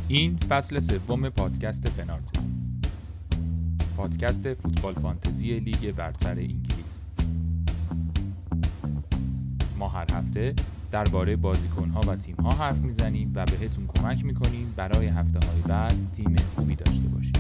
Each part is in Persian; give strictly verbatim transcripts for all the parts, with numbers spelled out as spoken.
این فصل سوم پادکست پنارت، پادکست فوتبال فانتزی لیگ برتر انگلیس. ما هر هفته درباره بازیکن‌ها و تیم‌ها حرف میزنیم و بهتون کمک میکنیم برای هفته‌های بعد تیم خوبی داشته باشید.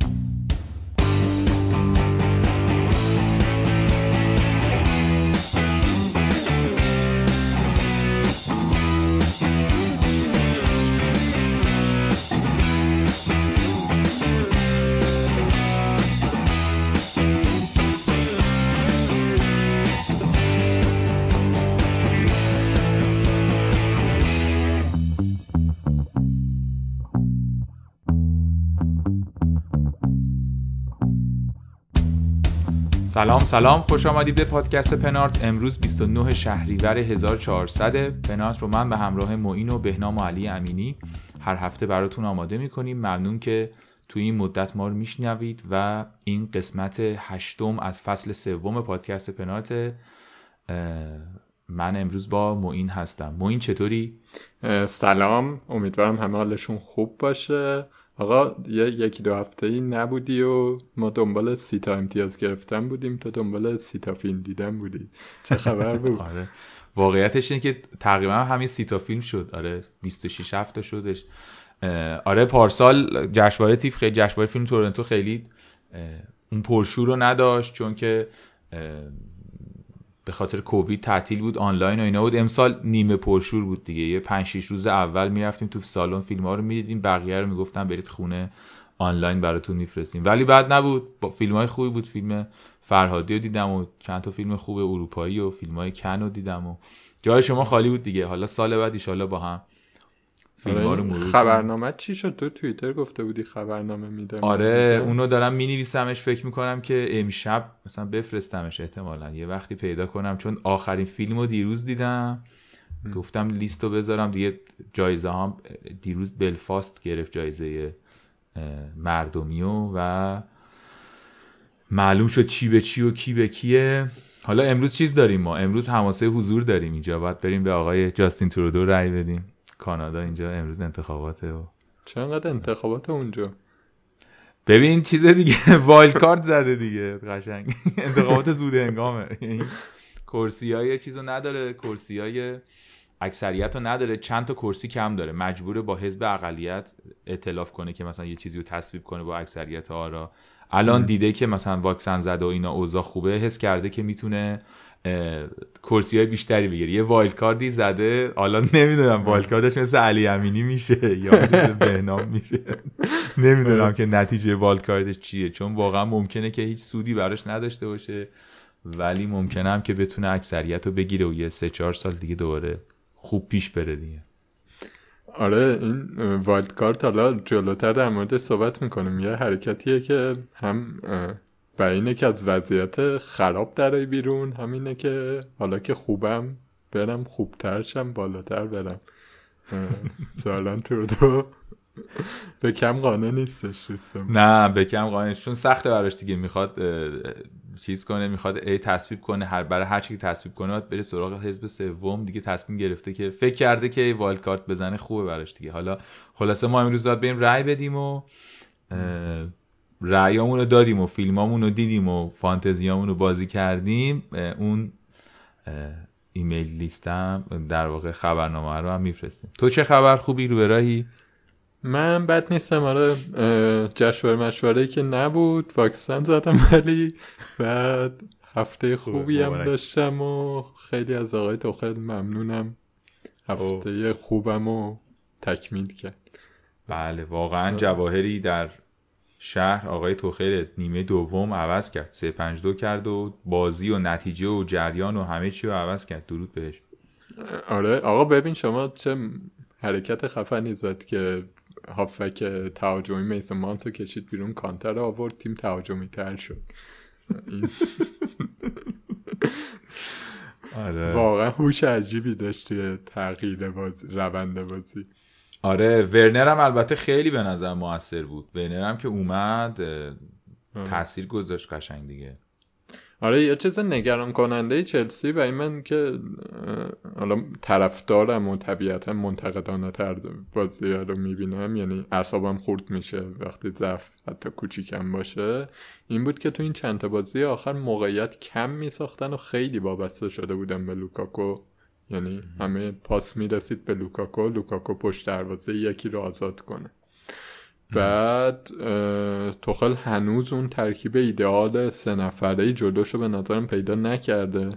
سلام سلام، خوش آمدید به پادکست پنارت. امروز بیست و نه شهریور هزار و چهارصد. پنارت رو من به همراه معین و بهنام و علی امینی هر هفته براتون آماده میکنیم. ممنون که توی این مدت ما رو میشنوید و این قسمت هشتم از فصل سوم پادکست پنارت. من امروز با معین هستم. معین چطوری؟ سلام، امیدوارم همه حالشون خوب باشه. آقا یه یکی دو هفته ای نبودی و ما دنبال سی تا امتیاز گرفتن بودیم، تو دنبال سی تا فیلم دیدن بودی. چه خبر بود؟ آره واقعیتش اینه که تقریبا همین سی تا فیلم شد. آره بیست و شش هفته شدش. آره پارسال جشنواره تیف خیلی جشنواره فیلم تورنتو خیلی اون پرشور رو نداشت چون که به خاطر کووید تعطیل بود، آنلاین و اینا بود. امسال نیمه پرشور بود دیگه. یه پنج شش روز اول میرفتیم تو سالن فیلم‌ها رو می‌دیدیم، بقیه رو میگفتن برید خونه آنلاین براتون میفرستیم. ولی بعد نبود، با فیلم‌های خوبی بود. فیلم فرهادی رو دیدم و چند تا فیلم خوب اروپایی و فیلم‌های کن رو دیدم و جای شما خالی بود دیگه. حالا سال بعد ان شاءالله با هم فیلم‌ها رو مرور کنیم. خبرنامه چی شد؟ تو توییتر گفته بودی خبرنامه میدم. آره اونو دارم مینویسمش، فکر میکنم که امشب مثلا بفرستمش، احتمالاً یه وقتی پیدا کنم، چون آخرین فیلمو دیروز دیدم. م. گفتم لیستو بذارم دیگه. جایزه هم دیروز بلفاست گرفت، جایزه مردمیو، و معلوم شد چی به چی و کی به کیه. حالا امروز چیز داریم، ما امروز حماسه حضور داریم اینجا، باید بریم به آقای جاستین ترودو رأی بدیم. کانادا اینجا امروز انتخاباته. و چقدر انتخابات اونجا؟ ببین چیز دیگه، وایلد کارت زده دیگه، قشنگ انتخابات زود هنگامه. یعنی کرسیای چیزو نداره، کرسیای اکثریت رو نداره، چند تا کرسی کم داره، مجبوره با حزب اقلیت ائتلاف کنه که مثلا یه چیزی رو تصویب کنه با اکثریت آرا. الان م. دیده که مثلا واکسن زده و اینا اوضاع خوبه، حس کرده که میتونه کرسیای بیشتری بگیره. یه وایلد کاردی زده، حالا نمیدونم وایلد کاردش مثل علی امینی میشه یا مثل بهنام میشه، نمیدونم که نتیجه وایلد کاردش چیه، چون واقعا ممکنه که هیچ سودی براش نداشته باشه، ولی ممکنه هم که بتونه اکثریت رو بگیره و یه سه چهار سال دیگه دوباره خوب پیش بره دیگه. آره این وایلد کارت حالا جلوتر در مورد صحبت میکنیم. یه حرکتیه که هم برای که از وضعیت خراب درای بیرون، همینه که حالا که خوبم برم خوبتر شم، بالاتر برم. سالان ترودو به کم قانع نیستش. نه به کم قانع نیست، چون سخته براش دیگه. میخواد چیز کنه، میخواد ای تصویب کنه، هر برای هر چی که تصویب کنه باید بره سراغ حزب سوم دیگه. تصمیم گرفته که فکر کرده که وایلد کارت بزنه خوبه براش دیگه. حالا خلاصه ما امروز باید بریم رأی بدیم و رأیامون رو دادیم و فیلمامون رو دیدیم و فانتزیامون رو بازی کردیم. اون ایمیل لیستم در واقع خبرنامه رو هم میفرستیم. تو چه خبر؟ خوبی؟ رو به راهی؟ من بد نیستم. آره جشنواره مشوره‌ای که نبود، واکسن زدم، ولی بعد هفته خوبی هم داشتم و خیلی از آقای توخیل ممنونم. هفته اوه. خوبم رو تکمیل کرد. بله واقعا جواهری در شهر. آقای توخیل نیمه دوم عوض کرد، سه پنج دو کرد و بازی و نتیجه و جریان و همه چی رو عوض کرد. درود بهش. آره آقا ببین شما چه حرکت خفنی زد که هافک تهاجمی میسن مانتو کشید بیرون، کانتر رو آورد، تیم تهاجمی تر شد. آره واقعا هوش عجیبی داشت توی تغییر بازی، روند بازی. آره ورنر هم البته خیلی به نظر موثر بود. ورنر هم که اومد تأثیر گذاشت قشنگ دیگه. آره یه چیز نگران کننده چلسی و این من که حالا طرفدارم و طبیعتا منتقدانه تر بازی رو میبینم، یعنی اعصابم خورد میشه وقتی ضعف حتی کوچیکم باشه، این بود که تو این چند تا بازی آخر موقعیت کم میساختن و خیلی وابسته شده بودن به لوکاکو. یعنی همه پاس میرسید به لوکاکو، لوکاکو پشت دروازه یکی رو آزاد کنه. بعد توخل هنوز اون ترکیب ایدئال سه نفره جلوشو به نظرم پیدا نکرده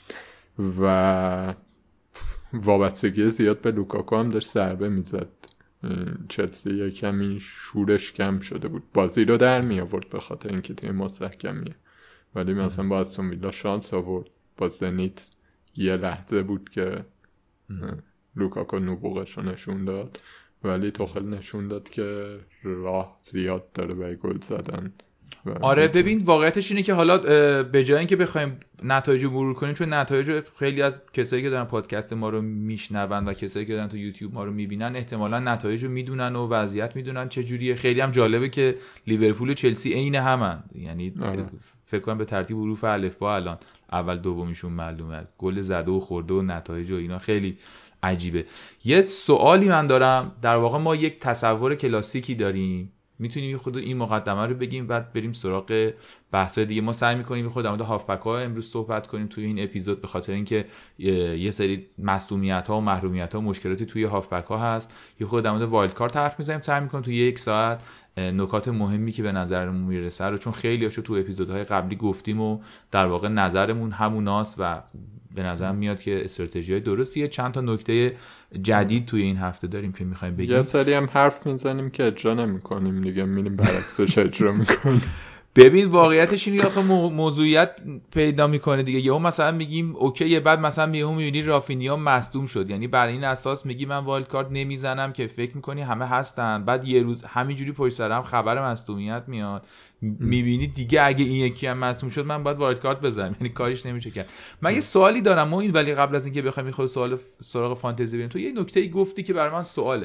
و وابستگی زیاد به لوکاکو هم داشت ضربه میزد. چلسی یه کمی شورش کم شده بود، بازی رو در می آورد به خاطر اینکه تیم مستحکمیه، ولی مثلا با استون ویلا شانس آورد، با زنیت یه لحظه بود که لوکاکو نبوغش رو نشون داد، ولی توخل نشون داد که راه زیاد داره برای گل زدن. آره ببین واقعیتش اینه که حالا به جای اینکه بخوایم نتایج رو مرور کنیم، چون نتایج خیلی از کسایی که دارن پادکست ما رو میشنون و کسایی که دارن تو یوتیوب ما رو میبینن احتمالاً نتایج رو میدونن و وضعیت میدونن چه جوریه. خیلی هم جالبه که لیورپول و چلسی عین همن، یعنی آره. فکر کنم به ترتیب حروف الفبا الان اول دومیشون معلومه، گل زده و خورده و نتایج و اینا خیلی عجیبه. یه سوالی من دارم، در واقع ما یک تصور کلاسیکی داریم، میتونیم خود این مقدمه رو بگیم بعد بریم سراغ بحث‌های دیگه. ما سعی می‌کنیم خود در مورد هافبک‌ها امروز صحبت کنیم توی این اپیزود، به خاطر اینکه یه سری مصدومیت‌ها و محرومیت‌ها و مشکلاتی توی هافبک‌ها هست. یه خود در مورد وایلد کارت حرف می‌زنیم، سعی می‌کنیم توی یک ساعت نکات مهمی که به نظرمون میرسه رو، چون خیلی هاشو تو اپیزودهای قبلی گفتیم و در واقع نظرمون هموناست و به نظر میاد که استراتژی‌های درستیه. چند تا نکته جدید توی این هفته داریم که می‌خوایم بگیم. یه سری هم حرف می‌زنیم که اجرا نمی‌کنیم دیگه، می‌ریم برعکسش اجرا می‌کنیم. ببین واقعیتش اینه آخه موضوعیت پیدا میکنه دیگه. یهو مثلا میگیم اوکی، بعد مثلا یهو میبینی رافینیا مصدوم شد، یعنی بر این اساس میگی من وایلد کارت نمیزنم که فکر میکنی همه هستن، بعد یه روز همینجوری پشت سر هم خبر مصدومیت میاد، میبینی دیگه اگه این یکی هم مصدوم شد من باید وایلد کارت بزنم، یعنی کاریش نمیشه کرد. من یه سوالی دارم موین، ولی قبل از اینکه بخوایم خود سوال سراغ فانتزی بریم، تو یه نکته‌ای گفتی که برای من سواله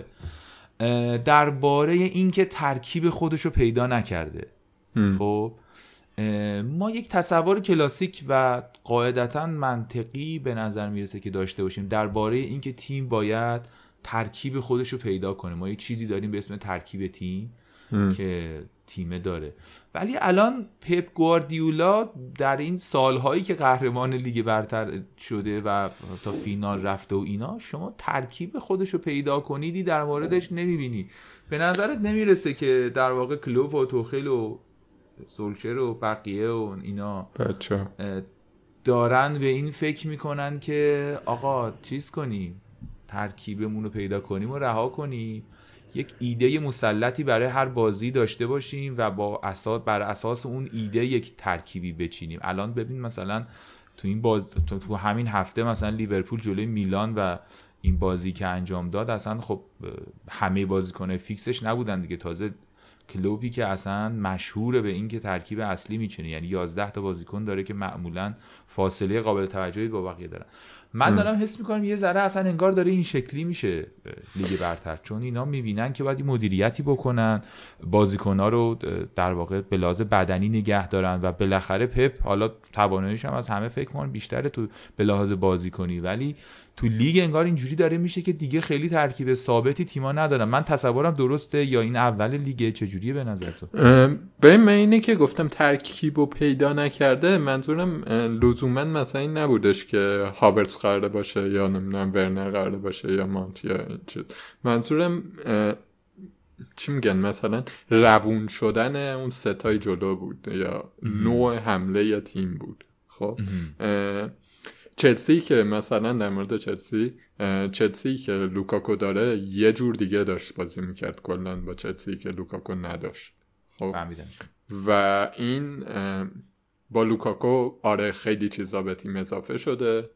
درباره اینکه ترکیب خودشو پیدا نکرده. خب ما یک تصور کلاسیک و قاعدتاً منطقی به نظر میرسه که داشته باشیم درباره اینکه تیم باید ترکیب خودش رو پیدا کنه. ما یک چیزی داریم به اسم ترکیب تیم ام. که تیمه داره، ولی الان پپ گواردیولا در این سالهایی که قهرمان لیگ برتر شده و تا فینال رفته و اینا، شما ترکیب خودش رو پیدا کنیدی در موردش نمیبینی. به نظرت نمیرسه که در واقع کلوپ و توخل و سولشر و بقیه و اینا بچه دارن به این فکر میکنن که آقا چیز کنیم، ترکیبمون رو پیدا کنیم و رها کنیم، یک ایده مسلطی برای هر بازی داشته باشیم و با اساس بر اساس اون ایده یک ترکیبی بچینیم. الان ببین مثلا تو این باز تو, تو همین هفته مثلا لیورپول جلوی میلان و این بازی که انجام داد، اصلا خب همه بازیکن‌های فیکسش نبودن دیگه، تازه کلوپی که اصلا مشهوره به این که ترکیب اصلی میچینه، یعنی یازده تا بازیکن داره که معمولا فاصله قابل توجهی با بقیه دارن. من دارم حس میکنم یه ذره اصلا انگار داره این شکلی میشه لیگ برتر، چون اینا میبینن که باید مدیریتی بکنن، بازیکن‌ها رو در واقع به لحاظ بدنی نگه دارن و بالاخره پپ حالا تواناییش هم از همه فکر کنم بیشتره تو به لحاظ بازیکنی، ولی تو لیگ انگار اینجوری داره میشه که دیگه خیلی ترکیب ثابتی تیم‌ها ندارن. من تصورم درسته یا این اول لیگ چجوریه به نظر تو؟ به من اینه که گفتم ترکیبو پیدا نکرده، منظورم لزوما مثلا این نبودش که هاورتز قراره باشه یا نمیدونم ورنر قراره باشه یا مانت یا این چیز. منظورم چی میگن مثلا روون شدن اون ستای جلو بود یا نوع حمله یا تیم بود. خب چلسی که مثلا در مورد چلسی چلسی که لوکاکو داره یه جور دیگه داشت بازی میکرد کلن با چلسی که لوکاکو نداشت. خب فهمیدم. و این با لوکاکو آره خیلی چیزا به تیم اضافه شده،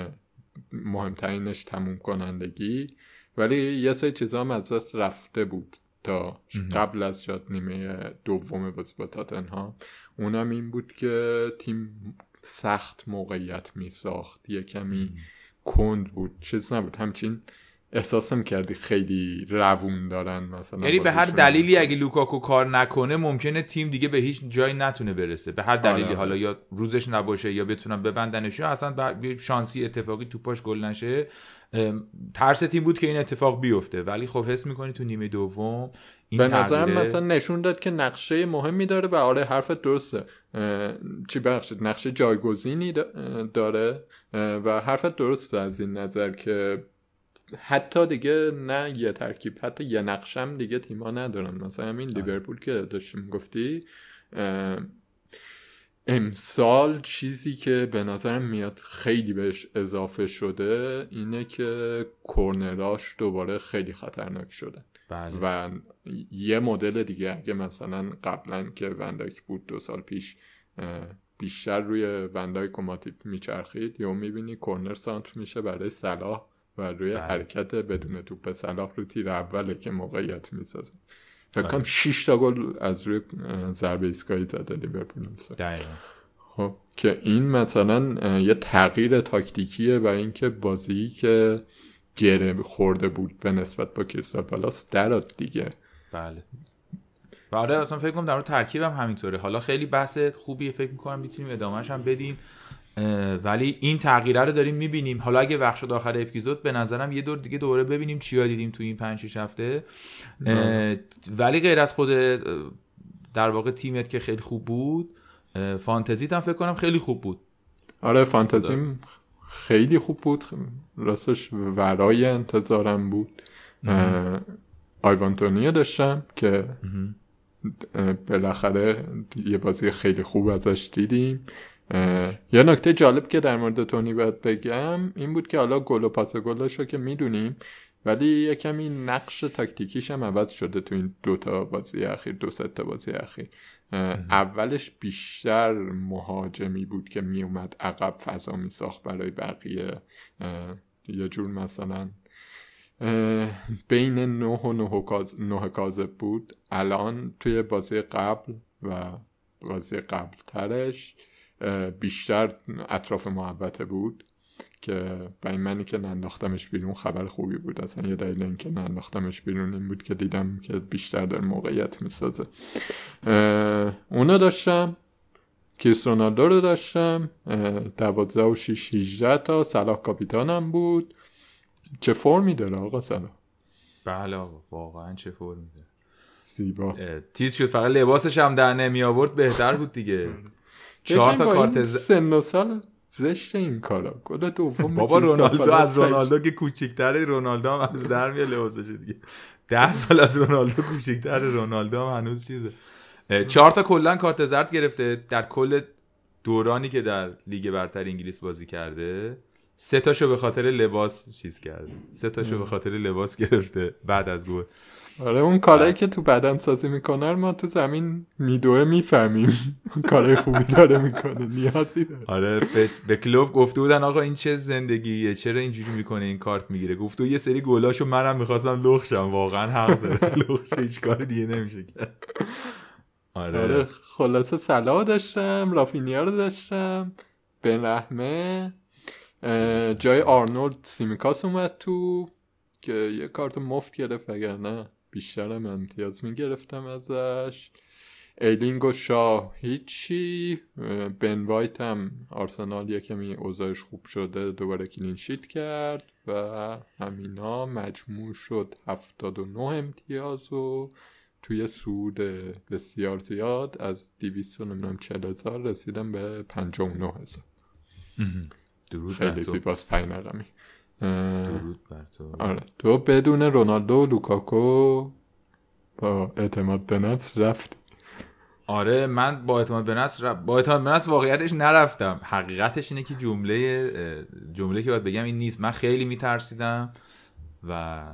مهمترینش تموم کنندگی، ولی یه سری چیزا هم از دست رفته بود تا قبل از شاید نیمه دوم بازی با تاتنهام. اونم این بود که تیم سخت موقعیت می ساخت، یه کمی کند بود، چیز نبود، همچین احساس می‌کردی خیلی روون دارن مثلا. یعنی به هر دلیلی اگه لوکاکو کار نکنه ممکنه تیم دیگه به هیچ جایی نتونه برسه، به هر دلیلی. آره. حالا یا روزش نباشه یا بتونن ببندنش یا اصلا شانسی اتفاقی توپاش گل نشه، ترس تیم بود که این اتفاق بیفته. ولی خب حس می‌کنی تو نیمه دوم این به نظرم مثلا نشون داد که نقشه مهمی داره و آره حرفت درسته. چی بخشید نقشه جایگزینی داره و حرفت درسته از این نظر که حتی دیگه نه یه ترکیب، حتی یه نقشم دیگه تیما ندارن. مثلا همین لیورپول که داشتیم گفتی امسال چیزی که به نظرم میاد خیلی بهش اضافه شده اینه که کورنراش دوباره خیلی خطرناک شدن. بله. و یه مدل دیگه اگه مثلا قبلا که وندایک بود دو سال پیش بیشتر روی وندایک و ماتیپ میچرخید، یا میبینی کورنر سانتر میشه برای صلاح و روی بله. حرکت بدون توپ صلاح رو تیر اوله که موقعیت میسازه. فکر کنم شش تا گل از روی ضربه ایستگاهی زده لیورپول امسال. دقیقاً. خب که این مثلا یه تغییر تاکتیکیه و اینکه بازی که گره خورده بود به نسبت با کریستال پالاس درات دیگه. بله. و آره اصلا فکر کنم در مورد ترکیبم همینطوره. حالا خیلی بحث خوبیه، فکر می‌کنم میتونیم ادامه‌اش هم بدیم، ولی این تغییره رو داریم می‌بینیم. حالا اگه وقت شد آخر اپیزود به نظرم یه دور دیگه دوره ببینیم چیا دیدیم تو این پنج شش هفته. ولی غیر از خود در واقع تیمت که خیلی خوب بود، فانتزیت هم فکر کنم خیلی خوب بود. آره فانتزیم خیلی خوب بود، راستش ورای انتظارم بود. آیوانتونیو داشتم که بالاخره یه بازی خیلی خوب ازش دیدیم. یه نکته جالب که در مورد تونی باید بگم این بود که حالا گل و پاس گلاشو که میدونیم، ولی یه کمی نقش تاکتیکیش هم عوض شده تو این دوتا بازی اخیر، دو سه تا بازی اخیر. اولش بیشتر مهاجمی بود که می اومد عقب فضا می ساخت برای بقیه، یه جور مثلا بین نه و نه کاذب بود. الان توی بازی قبل و بازی قبل ترش بیشتر اطراف محوطه بود که به این معنی که ننداختمش بیرون خبر خوبی بود. اصلا یه دلیل این که ننداختمش بیرون این بود که دیدم که بیشتر در موقعیت میسازه. اونا داشتم، کریستیانو رونالدو رو داشتم، دوازده و شش هجده تا. صلاح کاپیتانم بود. چه فرمی داره آقا صلاح؟ بله آقا واقعا چه فرمی داره، زیبا. تیز شد، فقط لباسش هم در نمی آورد بهتر بود دیگه. چهار تا کارت ز... سن و سال زشت این کارا. گل دوم بابا رونالدو از رونالدو که کوچیک‌تره، رونالدو هم هنوز در میاد لباسش دیگه. ده سال از رونالدو کوچیک‌تره، رونالدو هم هنوز چیزه. چهار تا کلا کارت زرد گرفته در کل دورانی که در لیگ برتر انگلیس بازی کرده. سه تاشو به خاطر لباس چیز کرده، سه تاشو به خاطر لباس گرفته بعد از گل. آره اون کارهایی که تو بدن سازی میکنن ما تو زمین میدوه میفهمیم کارهای خوبی داره میکنه، نیازی داره. آره به, به کلوب گفته بودن آقا این چه زندگیه، چرا اینجوری میکنه، این کارت میگیره. گفته یه سری گلاشو منم میخواستم لخشم، واقعا حق داره، لخش هیچ کار دیگه نمیشه کرد. آره, آره خلاصه صلاح داشتم، رافینیا رو داشتم، بن رحمه، جای آرنولد سیمیکاس اومد تو که یه کارت مفت گرفت، اگر نه بیشترم امتیاز میگرفتم ازش. ایلینگ و شاه هیچی. بن وایت هم آرسنال یه کمی اوضاعش خوب شده دوباره کلین شیت کرد و همینا مجموع شد هفتاد و نه امتیاز و توی سود بسیار زیاد از دویست و چهل هزار رسیدم به پنجاه و نه هزار. درود خیلی زیباست پنج رقمی. درود بر تو. آره تو بدون رونالدو و لوکاکو با اعتماد به نفس رفتی. آره من با اعتماد به نفس ر... با اعتماد به نفس واقعیتش نرفتم. حقیقتش اینه که جمله جمله که باید بگم این نیست. من خیلی میترسیدم و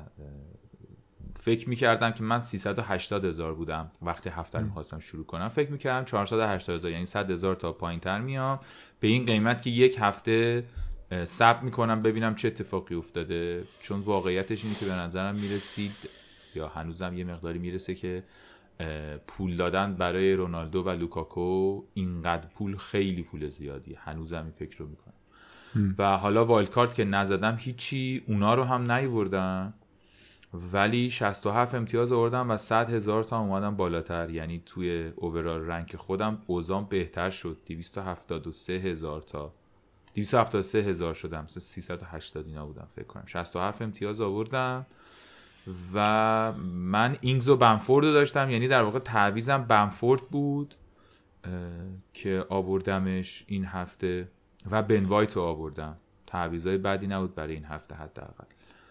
فکر میکردم که من سیصد و هشتاد هزار بودم وقتی هفته رو میخواستم شروع کنم. فکر میکردم چهارصد و هشتاد هزار یعنی صد هزار تا پایین تر میام به این قیمت که یک هفته صبر میکنم ببینم چه اتفاقی افتاده. چون واقعیتش اینه که به نظرم میرسید یا هنوزم یه مقداری میرسه که پول دادن برای رونالدو و لوکاکو، اینقدر پول خیلی پول زیادی، هنوزم این فکر رو میکنم. و حالا وایلد کارت که نزدم هیچی، اونا رو هم نیوردم ولی شصت و هفت امتیاز آوردم و صد هزار تا اومدم بالاتر، یعنی توی اوورال رنک خودم اوضاع بهتر شد. دویست و هفتاد و سه هزار تا دویست و هفتاد و سه هزار شدم، مثلا سیصد و هشتاد اینا بودم فکر کنم. شصت و هفت امتیاز آوردم و من اینگز و بنفورد رو داشتم، یعنی در واقع تعویضم بنفورد بود که آوردمش این هفته و بن وایت رو آوردم. تعویضای بدی نبود برای این هفته حداقل.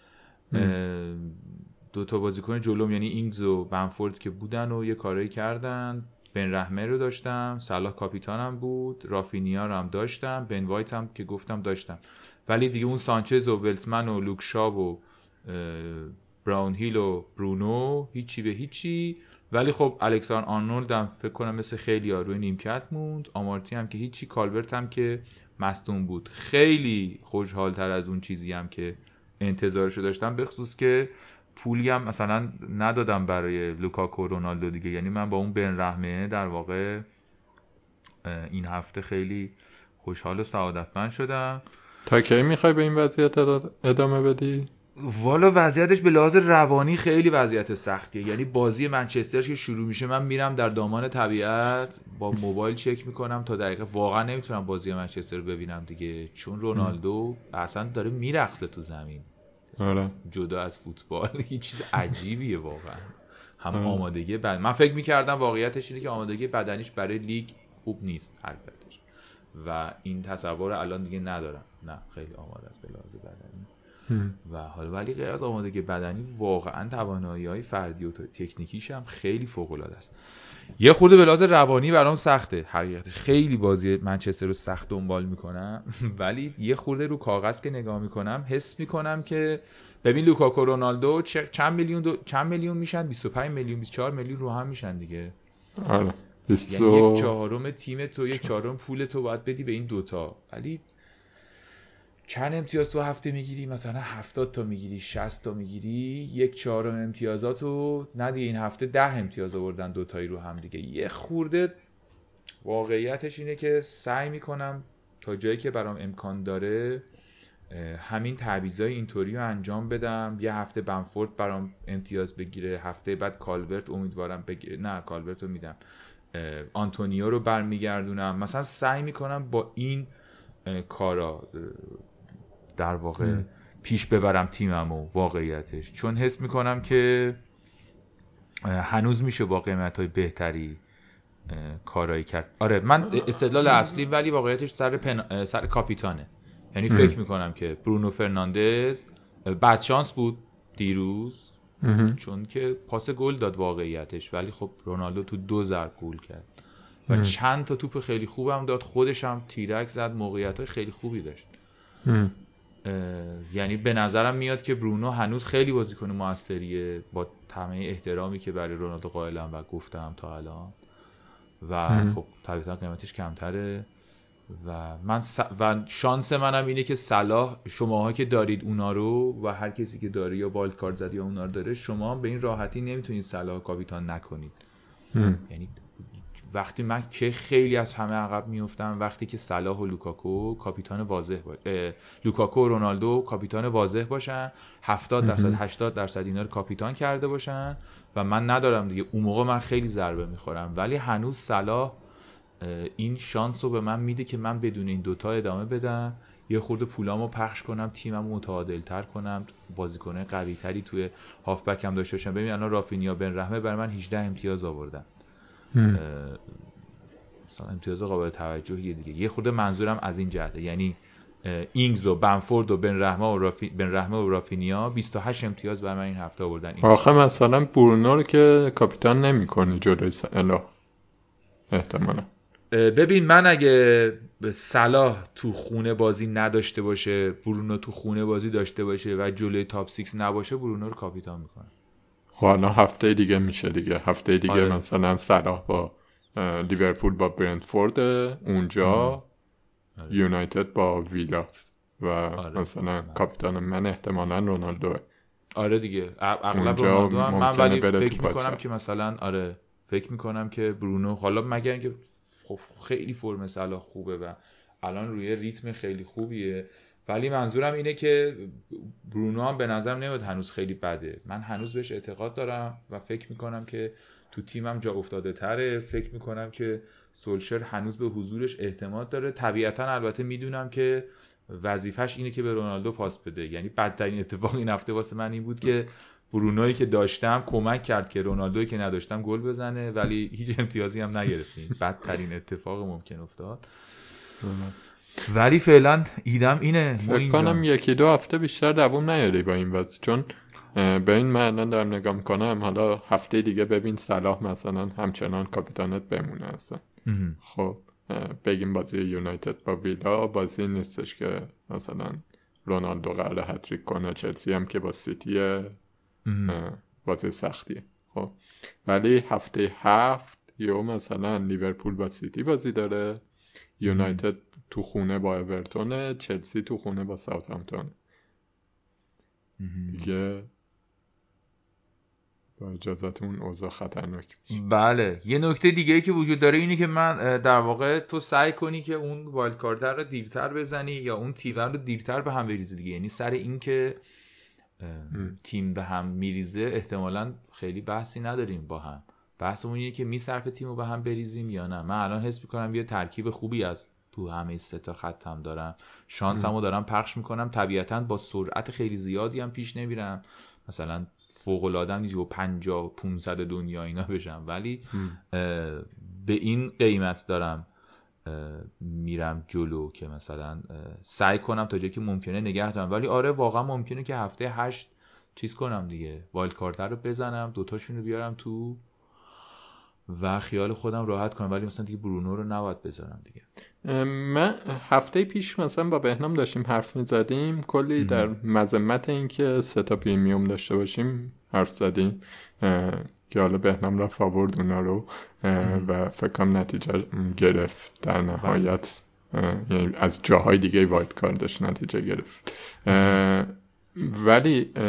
دو تا بازیکن جلوم یعنی اینگز و بنفورد که بودن و یه کارایی کردن. بن رحمه رو داشتم، صلاح کاپیتانم بود، رافینیا رو هم داشتم، بن وایت هم که گفتم داشتم، ولی دیگه اون سانچز و ولتمن و لوکشا و براون هیل و برونو هیچی به هیچی. ولی خب الکساندر آرنولد هم فکر کنم مثل خیلی ها روی نیمکت موند. آمارتی هم که هیچی. کالورت هم که مصدوم بود. خیلی خوشحال‌تر از اون چیزی هم که انتظارشو داشتم، به خصوص که پولی هم مثلا ندادم برای لوکاکو و رونالدو دیگه. یعنی من با اون بن رحمه در واقع این هفته خیلی خوشحال و سعادتمند شدم. تا کی میخوای به این وضعیت ادامه بدی؟ والا وضعیتش به لحاظ روانی خیلی وضعیت سختیه. یعنی بازی منچستر که شروع میشه من میرم در دامان طبیعت با موبایل چک میکنم تا دقیقه، واقعا نمیتونم بازی منچستر رو ببینم دیگه، چون رونالدو اصلا داره میرقصه تو زمین. آره. جدا از فوتبال یه چیز عجیبیه واقعا. هم آره. آمادگی بد... من فکر میکردم واقعیتش اینه که آمادگی بدنیش برای لیگ خوب نیست حرکتش، و این تصور الان دیگه ندارم. نه خیلی آماده است به لحاظ بدنی. و حالا ولی غیر از آمادگی بدنی واقعا توانایی‌های فردی و تکنیکیش هم خیلی فوق‌العاده است. یه خورده به لحاظ روانی برام سخته حقیقتش، خیلی بازی منچستر رو سخت دنبال میکنم ولی یه خورده رو کاغذ که نگاه میکنم حس میکنم که ببین لوکاکو رونالدو چند میلیون دو... چند میلیون میشن، بیست و پنج میلیون بیست و چهار میلیون رو هم میشن دیگه. آره یعنی یک چهارم تیم تو، یک چهارم پول تو باید بدی به این دوتا. ولی چند امتیاز تو هفته میگیری؟ مثلا هفتاد تا میگیری، شصت تا میگیری، یک چهارم امتیازاتو ندی. این هفته ده امتیاز آوردن دوتایی رو هم دیگه. یه خورده واقعیتش اینه که سعی میکنم تا جایی که برام امکان داره همین تعویضای اینطوری رو انجام بدم. یه هفته بنفورد برام امتیاز بگیره، هفته بعد کالورت امیدوارم بگیره، نه کالورت رو میدم، آنتونیو رو برمیگردونم. مثلا سعی میکنم با این کارا در واقع م. پیش ببرم تیممو واقعیتش، چون حس میکنم که هنوز میشه با قیمت‌های بهتری کارایی کرد. آره من استدلال اصلی ولی واقعیتش سر پن... سر کاپیتانه. یعنی فکر میکنم که برونو فرناندز بد شانس بود دیروز چون که پاس گل داد واقعیتش، ولی خب رونالدو تو دو ضرب گل کرد و چند تا توپ خیلی خوبم داد، خودش هم تیرک زد، موقعیت‌های خیلی خوبی داشت. یعنی به نظرم میاد که برونو هنوز خیلی بازیکن موثریه با تمام احترامی که برای رونالدو قائلم و گفتم تا الان، و خب طبیعتا قیمتش کمتره و من س... و شانس منم اینه که صلاح، شماها که دارید اونا رو و هر کسی که داره یا وایلد کارت زد یا اونا رو داره، شما به این راحتی نمیتونید صلاح کاپیتان نکنید. یعنی وقتی من که خیلی از همه عقب میافتم وقتی که صلاح و لوکاکو کاپیتان واضح باشه، لوکاکو و رونالدو کاپیتان واضح باشن، هفتاد درصد هشتاد درصد اینا رو کاپیتان کرده باشن و من ندارم دیگه. اون موقع من خیلی ضربه میخورم، ولی هنوز صلاح این شانس رو به من میده که من بدون این دوتا ادامه بدم، یه خورده پولامو پخش کنم، تیممو متعادل‌تر کنم، بازیکن‌های قوی‌تری توی هافبک هم داشته باشم. ببین الان رافینیا بن رحمه برای من هجده امتیاز آوردن. مثلا امتیاز قابل توجهیه دیگه. یه خورده منظورم از این جهته، یعنی اینگز و بنفورد و بن رحمه و رافی... بن رحمه و رافینیا بیست و هشت امتیاز برای من این هفته آوردن. آخه مثلا برونو رو که کاپیتان نمی‌کنی جلوی صلاح احتمالاً. ببین من اگه صلاح تو خونه بازی نداشته باشه، برونو تو خونه بازی داشته باشه و جلوی تاپ شش نباشه، برونو رو کاپیتان میکنم. حالا هفته دیگه میشه دیگه، هفته دیگه آره. مثلا صلاح با لیورپول با برنتفورد اونجا، آره. یونایتد با ویلا و آره. مثلا آره. کاپیتان من احتمالاً رونالدو. آره دیگه اغلب رونالدو هم من، ولی فکر میکنم که مثلا آره فکر میکنم که برونو، حالا مگر اینکه خب خیلی فرم صلاح خوبه و الان روی ریتم خیلی خوبیه، ولی منظورم اینه که برونو هم به نظرم نمیاد هنوز خیلی بده. من هنوز بهش اعتقاد دارم و فکر میکنم که تو تیمم جا افتاده تره. فکر میکنم که سولشر هنوز به حضورش اعتماد داره. طبیعتا البته میدونم که وظیفش اینه که به رونالدو پاس بده. یعنی بدترین اتفاق این هفته واسه من این بود که برونویی که داشتم کمک کرد که رونالدویی که نداشتم گل بزنه، ولی هیچ امتیازی هم نگرفتیم. بدترین اتفاق ممکن افتاد. ولی فعلا ایدم اینه. فکر کنم یکی دو هفته بیشتر دوام نیاری با این وضع، چون به این من دارم نگاه میکنم حالا هفته دیگه ببین صلاح مثلا همچنان کاپیتانت بمونه اصلا. خب بگیم بازی یونایتد با ویلا بازی نیستش که مثلا رونالدو قراره هتریک کنه، چلسی هم که با سیتی بازی سختیه. خب ولی هفته هفت یا مثلا لیورپول با سیتی بازی داره، یونایتد تو خونه با اورتون، چلسی تو خونه با ساوثهامپتون. دیگه با اجازهتون اوضاع خطرناک میشه. بله. یه نکته دیگه ای که وجود داره اینه که من در واقع تو سعی کنی که اون وایلد کارت رو دیرتر بزنی یا اون تیم رو دیرتر به هم بریزی دیگه. یعنی سر این که تیم به هم میریزه احتمالاً خیلی بحثی نداریم با هم. بحثمون اینه که میصرفه تیمو به هم بریزیم یا نه. من الان حس میکنم یه ترکیب خوبی از تو همه سه تا خطم دارم، شانسمو دارم پخش میکنم. طبیعتاً با سرعت خیلی زیادی هم پیش نمیرم، مثلا فوق العاده ام نیست و پنجاه پانصد دنیا اینا بشم، ولی به این قیمت دارم میرم جلو که مثلا سعی کنم تا جایی که ممکنه نگه دارم. ولی آره واقعا ممکنه که هفته هشت چیز کنم دیگه، وایلد کارت رو بزنم، دوتاشون رو بیارم تو و خیال خودم راحت کنم. ولی مثلا دیگه برونو رو نباید بذارم دیگه. من هفته پیش مثلا با بهنام داشتیم حرف میزدیم کلی در مذمت این که سه تا پریمیوم داشته باشیم حرف زدیم که حالا بهنام رفت آورد اونا رو و فکر کنم نتیجه گرفت در نهایت، یعنی از جاهای دیگه وایلد کاردش نتیجه گرفت. ولی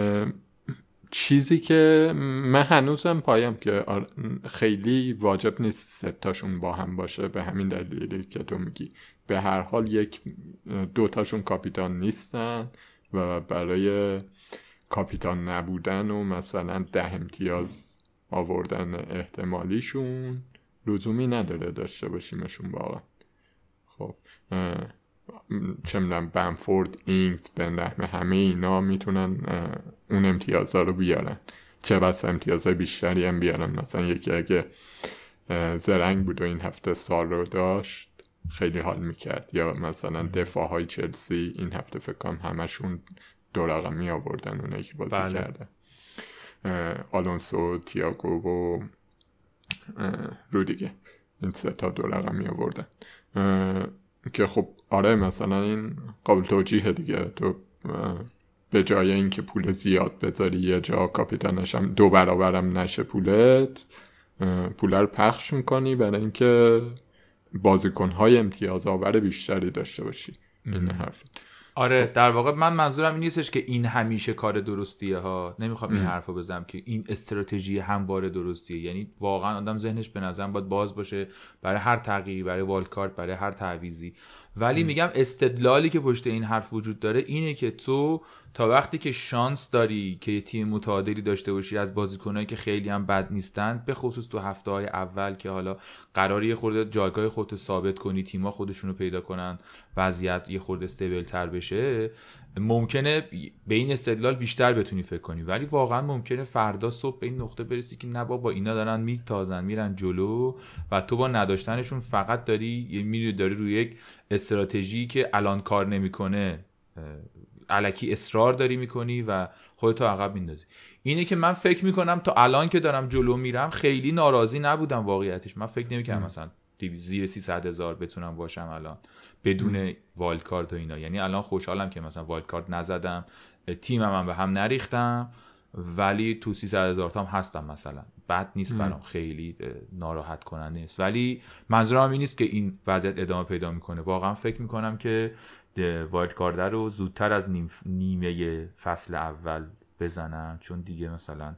چیزی که من هنوزم پایم که خیلی واجب نیست سه تاشون با هم باشه، به همین دلیلی که تو میگی به هر حال یک دو تاشون کاپیتان نیستن و برای کاپیتان نبودن و مثلا ده امتیاز آوردن احتمالیشون لزومی نداره داشته باشیمشون واقعا. خب چه میدونم بنفورد، اینگز، بن رحمه، همه اینا میتونن اون امتیازها رو بیارن، چه بسا امتیازهای بیشتری هم بیارن. مثلا یکی اگه زرنگ بود و این هفته سال رو داشت خیلی حال میکرد، یا مثلا دفاع های چلسی این هفته فکر کنم همشون دو رقمی آوردن اونایی که بازی بله. کردن آلونسو، تییاگو و رودیگه، این سه تا دو رقمی آوردن که خب آره مثلا این قابل توجیه دیگه. تو به جای اینکه پول زیاد بذاری یه جا کاپیتانش هم دو برابرم نشه پولت، پول رو پخش میکنی برای اینکه بازیکن‌های امتیاز آور بیشتری داشته باشی. این حرف آره در واقع من منظورم این نیستش که این همیشه کار درستیه ها، نمیخوام این حرفو بزنم که این استراتژی همواره درستیه. یعنی واقعا آدم ذهنش به نظرم باید باز باشه برای هر تغییری، برای والد کارت، برای هر تعویضی. ولی ام. میگم استدلالی که پشت این حرف وجود داره اینه که تو تا وقتی که شانس داری که یه تیم متعادلی داشته باشی از بازیکنایی که خیلی هم بد نیستن، به خصوص تو هفته‌های اول که حالا قراره یه خورده جایگاه خودت ثابت کنی، تیم‌ها خودشونو پیدا کنن، وضعیت یه خورده استیبل تر بشه، ممکنه به این استدلال بیشتر بتونی فکر کنی. ولی واقعا ممکنه فردا صبح به این نقطه برسی که نه بابا اینا دارن میتازن میرن جلو و تو با نداشتنشون فقط داری یه میری داری روی یک استراتژی که الان کار نمیکنه الکی اصرار داری میکنی و خودتو عقب میندازی. اینه که من فکر میکنم تا الان که دارم جلو میرم خیلی ناراضی نبودم واقعیتش. من فکر نمیکنم مثلا زیر سیصد هزار بتونم باشم الان بدون وایلد کارت و اینا. یعنی الان خوشحالم که مثلا وایلد کارت نزدم، تیمم هم به هم نریختم، ولی تو سیصد هزار تام هستم مثلا. بد نیست برام، خیلی ناراحت کننده نیست. ولی منظورم این نیست که این وضعیت ادامه پیدا میکنه. واقعا فکر میکنم که وایلد کارت رو زودتر از نیم نیمه فصل اول بزنم، چون دیگه مثلا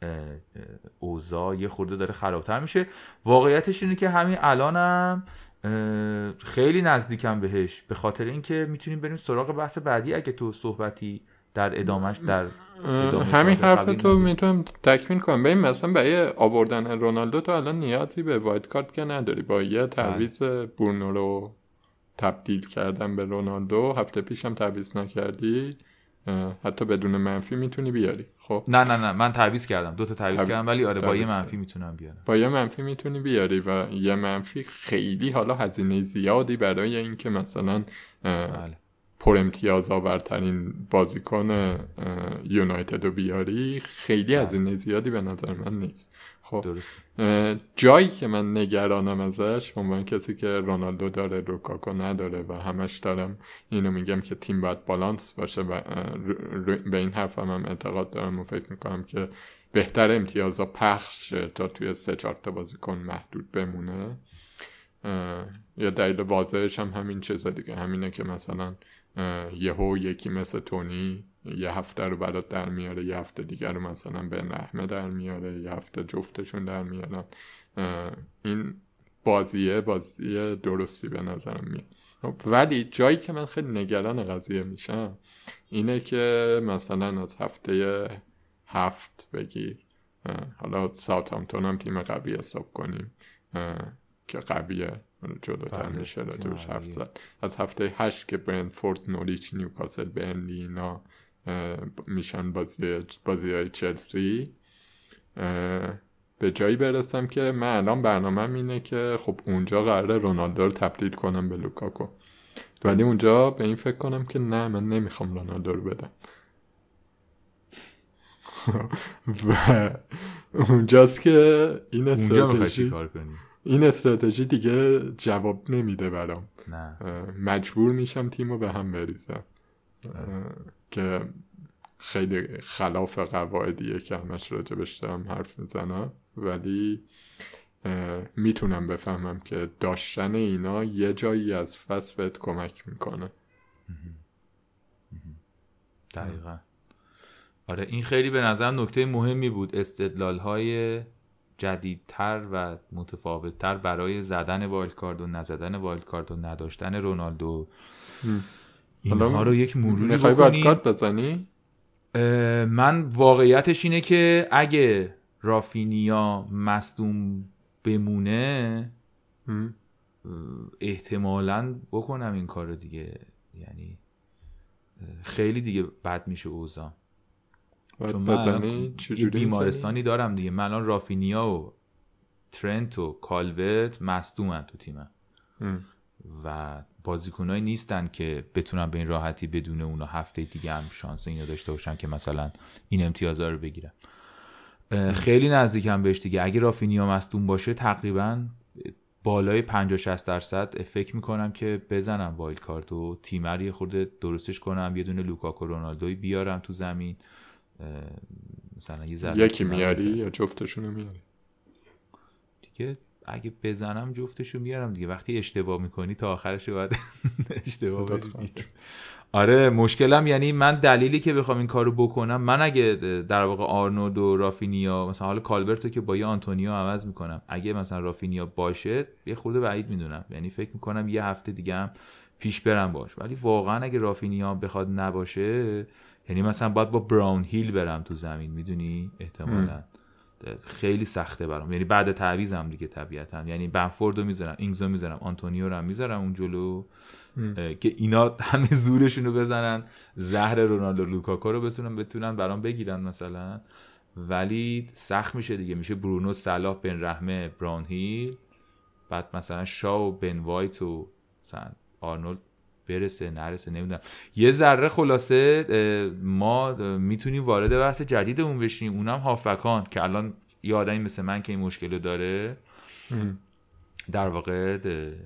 اوضاع یه خورده داره خرابتر میشه. واقعیتش اینه که همین الانم خیلی نزدیکم بهش، به خاطر اینکه میتونیم بریم سراغ بحث بعدی اگه تو صحبتی در ادامهش در ادامه همین حرف تو میتونم تکمیل کنم. ببین مثلا برای آوردن رونالدو تو الان نیازی به وایلد کارت که نداری، با یه تعویض برونو رو تبدیل کردن به رونالدو، هفته پیشم تعویض نکردی، حتی بدون منفی میتونی بیاری. خب نه نه نه من تعویض کردم، دو تا تعویض تب... کردم، ولی آره با یه منفی میتونم بیارم. با یه منفی میتونی بیاری و یه منفی خیلی حالا هزینه زیادی برای اینکه مثلا بله. پر امتیاز آورترین بازیکن یونایتد رو بیاری خیلی هزینه زیادی به نظر من نیست. خب جایی که من نگرانم ازش به عنوان کسی که رونالدو داره لوکاکو نداره و همش دارم اینو میگم که تیم باید بالانس باشه و به این حرفم هم اعتقاد دارم و فکر میکنم که بهتر امتیازا پخش تا توی سه چهار تا بازیکن محدود بمونه. یا دلیل واضحش هم همین چیزا دیگه، همینه که مثلا یهو یکی مثل تونی یه هفته رو برات در میاره، یه هفته دیگر رو مثلا بن رحمه در میاره، یه هفته جفتشون در میارن. این بازیه بازیه درستی به نظرم میاد. ولی جایی که من خیلی نگران قضیه میشم اینه که مثلا از هفته هفت بگیر، حالا ساوثهامپتون هم تیم قوی حساب کنیم که قویه جلوتر میشه راجبش حرف زد، از هفته هشت که برنتفورد، نوریچ، نیوکاسل، برنلی اینا میشن بازی بازی های چلسی، به جایی برسم که من الان برنامه‌م اینه که خب اونجا قراره رونالدو رو تبدیل کنم به لوکاکو، ولی اونجا به این فکر کنم که نه من نمیخوام رونالدو رو بدم و اونجاست که این استراتژی کار کنی. این استراتژی دیگه جواب نمیده برام. نه. مجبور میشم تیمو به هم بریزم که خیلی خلاف قواعدیه که همش راجبش دارم حرف میزنم، ولی میتونم بفهمم که داشتن اینا یه جایی از فصل بهت کمک میکنه. دقیقا. آره این خیلی به نظر نکته مهمی بود، استدلال‌های جدیدتر و متفاوتتر برای زدن وایلد کارت و نزدن وایلد کارت و نداشتن رونالدو. اینها رو یک مروری بکنیم. وایلد کارت بزنی؟ من واقعیتش اینه که اگه رافینیا مصدوم بمونه هم. احتمالاً بکنم این کارو دیگه، یعنی خیلی دیگه بد میشه اوضاع. چون من یه بیمارستانی دارم دیگه، من الان رافینیا و ترنت و کالورت مصدومن تو تیمم و بازیکنایی نیستن که بتونن به این راحتی بدون اونا هفته دیگه هم شانس اینو داشته باشن که مثلا این امتیازا رو بگیرن. خیلی نزدیکم بهش دیگه. اگه رافینیا مصدوم باشه تقریبا بالای پنجاه شصت درصد فکر میکنم که بزنم وایلد کارت و تیمر یه خورده درستش کنم، یه دونه لوکاکو رونالدوی بیارم تو زمین، مثلا یه ذره یکی میاری یا جفتشونو میاری دیگه. اگه بزنم جفتشو میارم دیگه، وقتی اشتباه میکنی تا آخرش باید اشتباه بری. آره مشکلم یعنی من دلیلی که بخوام این کارو بکنم، من اگه در واقع آرنولد و رافینیا مثلا حالا کالبرتو که با یه آنتونیو عوض میکنم، اگه مثلا رافینیا باشه یه خورده بعید میدونم، یعنی فکر میکنم یه هفته دیگه هم پیش برم باش، ولی واقعا اگه رافینیا بخواد نباشه یعنی مثلا باید با براون هیل برم تو زمین، میدونی احتمالاً خیلی سخته برام، یعنی بعد تعویضم دیگه طبیعتاً، یعنی بنفوردو میذارم، اینگزو میذارم، آنتونیو رو هم میذارم اون جلو که اینا همه زورشون رو بزنن زهر رونالدو لوکاکو رو بتونن بتونن برام بگیرن مثلا، ولی سخت میشه دیگه، میشه برونو، صلاح، بن رحمه، براون هیل، بعد مثلا شاو، بن وایت و مثلا آرنولد برسه نرسه نمیدونم. یه ذره خلاصه ما میتونیم وارد بحث جدیدمون بشیم، اونم هافبکان که الان یه آدمی مثل من که این مشکل داره ام. در واقع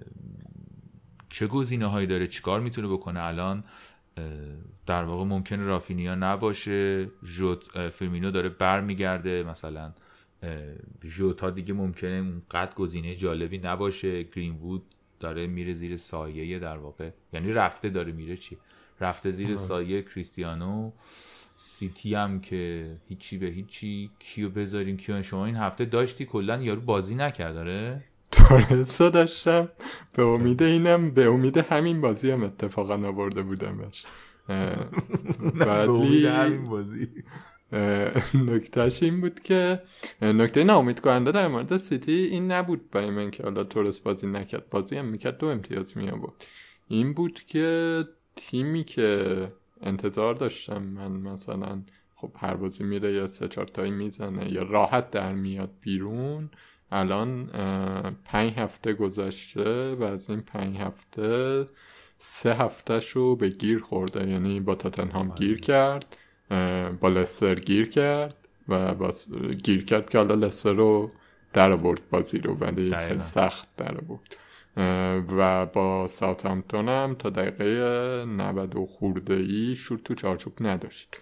چه گزینه‌هایی داره، چیکار میتونه بکنه الان؟ در واقع ممکنه رافینیا نباشه، ژوت فرمینو داره برمیگرده، مثلا ژوتا دیگه ممکنه اونقدر گزینه جالبی نباشه، گرین وود داره میره زیر سایه، در واقع یعنی رفته داره میره چی رفته زیر سایه کریستیانو، سیتی هم که هیچی به هیچی. کیو بذاریم کیو؟ شما این هفته داشتی کلا یارو بازی نکرد داره. تورنسو داشتم به امید اینم به امید همین بازی هم اتفاقا آورده بودمش. به امید همین بازی. نکتهش این بود که نکته ناامید کننده در مورد سیتی این نبود برای من که حالا تورس بازی نکرد، بازی هم میکرد دو امتیاز می آورد. این بود که تیمی که انتظار داشتم من مثلا خب هر بازی میره یا سه چهار تایی میزنه یا راحت در میاد بیرون، الان پنج هفته گذشته و از این پنج هفته سه هفتهشو به گیر خورده. یعنی با تاتنهام گیر کرد، با لستر گیر کرد و با گیر کرد که حالا لستر رو در آورد بازی رو، ولی خیلی سخت در آورد. و با ساوثهامپتون هم تا دقیقه نود و خورده ای شوت تو چارچوب نداشت.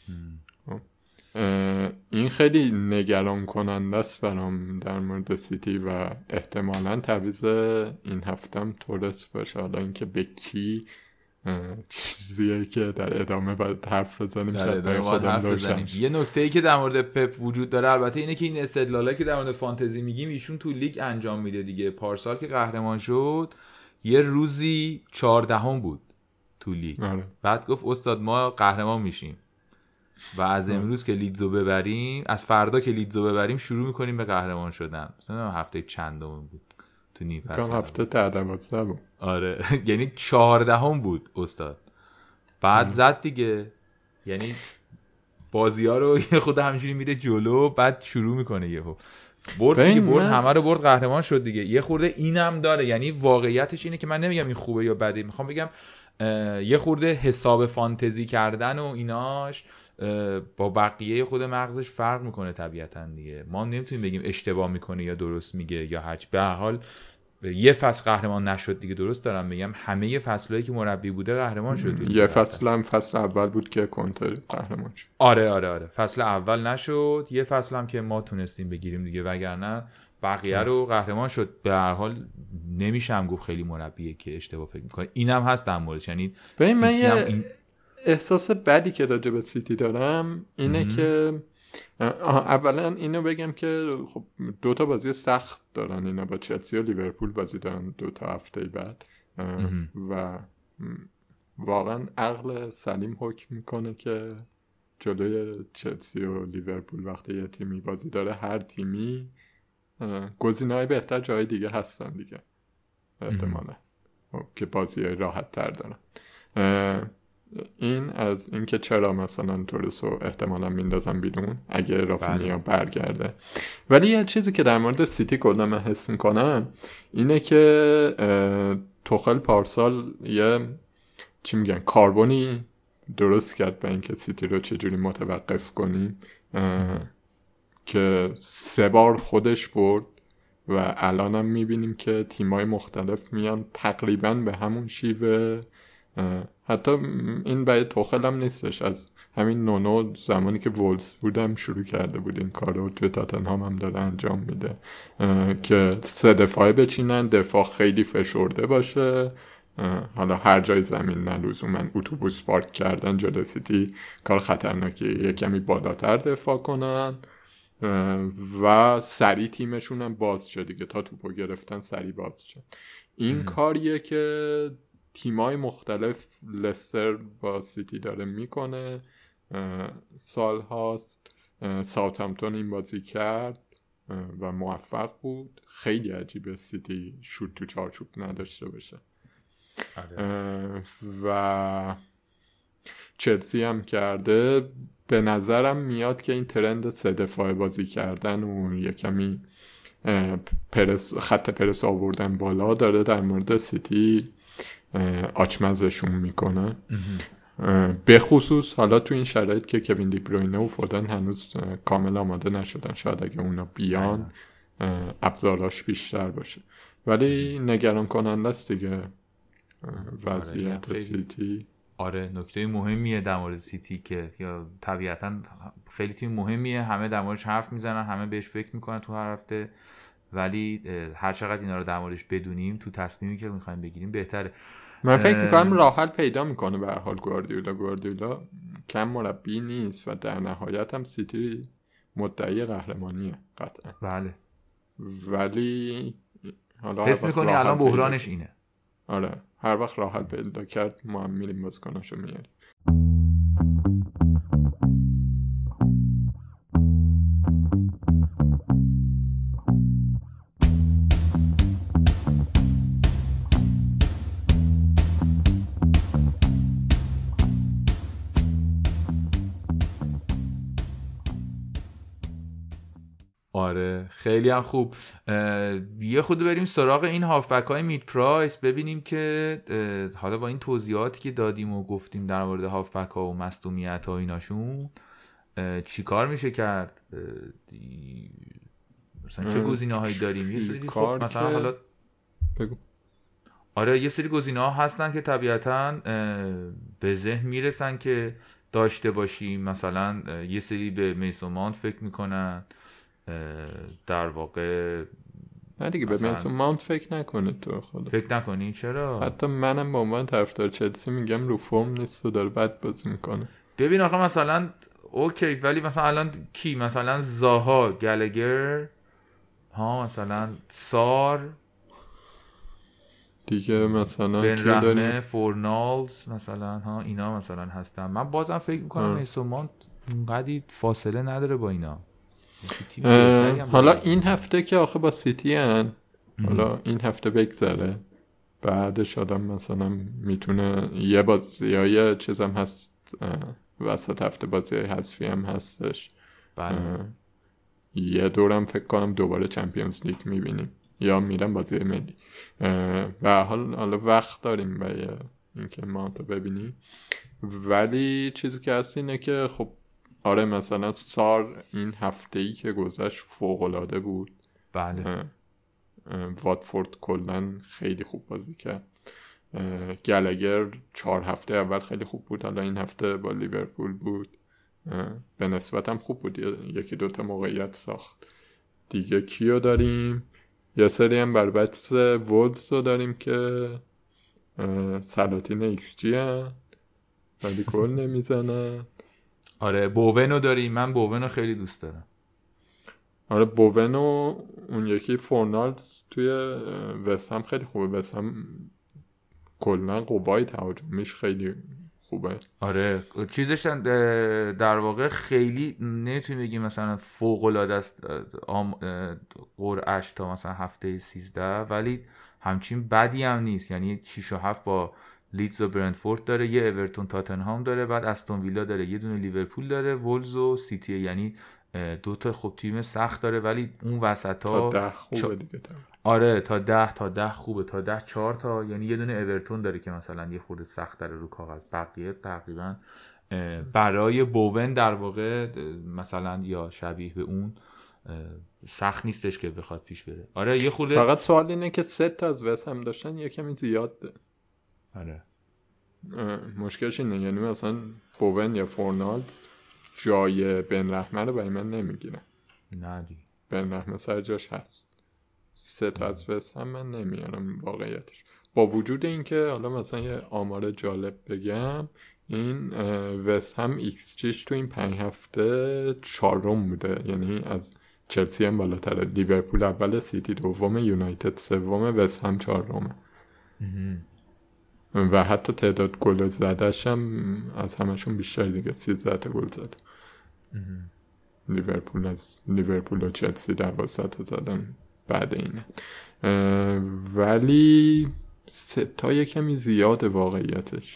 این خیلی نگران کننده است برام در مورد سیتی و احتمالاً تعویض این هفتم تورس باشه. حالا اینکه به کی چیزیه که در ادامه باید حرف بزنیم، شاید برای خودم روشن. یه نکته‌ای که در مورد پپ وجود داره البته اینه که این استدلالی که در مورد فانتزی میگیم ایشون تو لیگ انجام میده دیگه. پارسال که قهرمان شد یه روزی چهاردهم بود تو لیگ. آره. بعد گفت استاد ما قهرمان میشیم و از امروز که لیدزو ببریم، از فردا که لیدزو ببریم شروع میکنیم به قهرمان شدن. مثلا هفته چندم بود تو نیم فصل؟ هفته ده دوازده بود. آره یعنی چهاردهم بود استاد. بعد زد دیگه. یعنی بازی ها رو یه خود همینجوری میره جلو، بعد شروع میکنه یهو برد دیگه، برد من... همه رو برد، قهرمان شد دیگه. یه خورده اینم داره. یعنی واقعیتش اینه که من نمیگم این خوبه یا بده، میخوام بگم یه خورده حساب فانتزی کردن و ایناش با بقیه خود مغزش فرق میکنه طبیعتا دیگه. ما نمیتونیم بگیم اشتباه میکنه یا درست میگه یا هرچی. به هر حال یه فصل قهرمان نشد دیگه. درست دارم میگم؟ همه فصلایی که مربی بوده قهرمان شد. یه فصل هم فصل اول بود که کنتر قهرمان شد. آره آره آره فصل اول نشد، یه فصل هم که ما تونستیم بگیریم دیگه، وگرنه بقیه رو قهرمان شد. به هر حال نمیشم گفت خیلی مربیه که اشتباه فکر میکنه. اینم هست در موردش. یعنی سیتی هم این احساس بدی که راجع به سیتی دارم اینه که اولا اینو بگم که خب دو تا بازی سخت دارن اینا، با چلسی و لیورپول بازی دارن دو تا هفته بعد و واقعا عقل سلیم حکم میکنه که جلوی چلسی و لیورپول وقتی یه تیمی بازی داره، هر تیمی گزینه‌های بهتر جای دیگه هستن دیگه احتمالا که بازی راحت تر دارن. این از اینکه چرا مثلا تورسو احتمالا میندازم بیرون اگه رافینیا برگرده. ولی یه چیزی که در مورد سیتی کلا من حس میکنم اینه که توخل پارسال یه چی میگن کاربونی درست کرد به اینکه سیتی رو چجوری متوقف کنیم که سه بار خودش برد و الان هم میبینیم که تیمای مختلف میان تقریبا به همون شیوه. حتی این برای توخل هم نیستش، از همین نونو زمانی که وولز بودم شروع کرده بود این کارو، توی تاتنهام هم داره انجام میده که سه دفاعه بچینن، دفاع خیلی فشرده باشه، حالا هر جای زمین نه لزوما اتوبوس پارک کردن جلوی سیتی کار خطرناکیه، یه کمی بالاتر دفاع کنن و سریع تیمشون هم باز شد دیگه، تا توپو گرفتن سریع باز شد. این ام. کاریه که تیمای مختلف لستر با سیتی داره میکنه سال هاست. ساوثهامپتون این بازی کرد و موفق بود. خیلی عجیبه سیتی شوت تو چارچوب نداشته باشه. و چلسی هم کرده. به نظرم میاد که این ترند سه دفاعه بازی کردن و یه کمی پرس خط پرس آوردن بالا داره در مورد سیتی آچمزشون میکنه، به خصوص حالا تو این شرایط که کوین دی بروینه و فودن هنوز کامل آماده نشدن. شاید اگه اونا بیان ابزاراش بیشتر باشه، ولی نگران کننده است دیگه وضعیت آره سیتی. آره نکته مهمیه در مورد سیتی که یا طبیعتا خیلی تیم مهمیه، همه در موردش حرف میزنن، همه بهش فکر میکنن تو هر هفته، ولی هر چقدر اینا رو در موردش بدونیم تو تصمیمی که میخوایم بگیریم بهتره. من فکر میکنم راه حل پیدا میکنه به هر حال گواردیولا. گواردیولا کم مربی نیست و در نهایت هم سیتی مدعی قهرمانیه قطعا. بله. ولی حالا حس میکنی الان بحرانش اینه. آره هر وقت راه حل پیدا کرد ما هم میریم بازیکناشو میاریم. آره خیلی هم خوب. یه خود بریم سراغ این هافبک های مید پرایس ببینیم که حالا با این توضیحاتی که دادیم و گفتیم در مورد هافبک ها و مصدومیت ها ایناشون چی کار میشه کرد، مثلا چه گزینه هایی داریم. یه سری خب مثلا که... حالا بگو. آره یه سری گزینه ها هستن که طبیعتاً به ذهن میرسن که داشته باشیم. مثلا یه سری به میسون ماونت فکر میکنن، در واقع نه دیگه به میسون ماونت فکر نکنید تو خدا. فکر نکنید چرا؟ حتی منم به عنوان طرفدار چلسی میگم رو فرم نیست و داره بد بازی میکنه. ببین آخه مثلا اوکی ولی مثلا الان کی، مثلا زاها، گلگر ها، مثلا سار دیگه، مثلا بن رحمه، فورنالز مثلا ها، اینا مثلا هستن. من بازم فکر میکنم میسون ماونت اونقدی فاصله نداره با اینا. حالا این هفته که آخه با سیتی هن، حالا این هفته بگذره بعدش آدم مثلا میتونه یه بازی یا یه چیزم هست وسط هفته بازی حذفی هم هستش. بله. یه دورم فکر کنم دوباره چمپیونز لیگ میبینیم یا میرم بازی ملی. و حال حالا وقت داریم برای اینکه ما تو ببینیم. ولی چیزی که هست اینه که خب آره مثلا سار این هفته‌ای که گذشت فوق‌العاده بود. بله. واتفورد کلن خیلی خوب بازی کرد. گلگر چهار هفته اول خیلی خوب بود، حالا این هفته با لیورپول بود به نسبت هم خوب بود، یکی دوتا موقعیت ساخت. دیگه کیو داریم؟ یه سری هم بربط وولز رو داریم که سلاطین ایکس جی هم ولی گل نمیزنن. آره بوونو داریم، من بوونو خیلی دوست دارم. آره بوونو، اون یکی فورنالز توی وست هم خیلی خوبه. وست هم کلا قوای تهاجمیش خیلی خوبه. آره چیزش در واقع خیلی نمیتونی بگی مثلا فوق العاده است قرعش تا مثلا هفته سیزده، ولی همچین بدی هم نیست. یعنی شش و هفت با لیدز و برنتفورد داره، یه اورتون تاتنهام داره، بعد استون ویلا داره، یه دونه لیورپول داره، وولز و سیتی. یعنی دو تا خوب تیم سخت داره، ولی اون وسطا تا ده خوبه دیگه. تا آره تا ده تا ده خوبه، تا ده چهار تا. یعنی یه دونه اورتون داره که مثلا یه خورده سخت داره رو کاغذ، بقیه تقریبا برای بوون در واقع مثلا یا شبیه به اون سخت نیستش که بخواد پیش بره. آره یه خورده فقط سوال اینه که سه تا از وست هم داشتن یه کمی زیاد ده. آره مشکلش اینه، یعنی مثلا بوون یا فورنالز جای بن رحمه رو برای من نمیگیره. نه دیگه بن رحمه سر جاش هست، سه تا از وست هم من نمیارم واقعیتش. با وجود اینکه حالا مثلا یه آمار جالب بگم، این وست هم ایکس جیش تو این پنج هفته چهارم بوده، یعنی از چلسی هم بالاتره. لیورپول اول، سیتی دوم، یونایتد سوم، وست هم چهارم. و حتی تعداد گل زدهش هم از همشون بیشتر دیگه، سیزده تا گل زده. لیورپول از لیورپول و چلسی دوازده تا زدن بعد اینه. ولی سه تا یه کمی زیاده واقعیتش.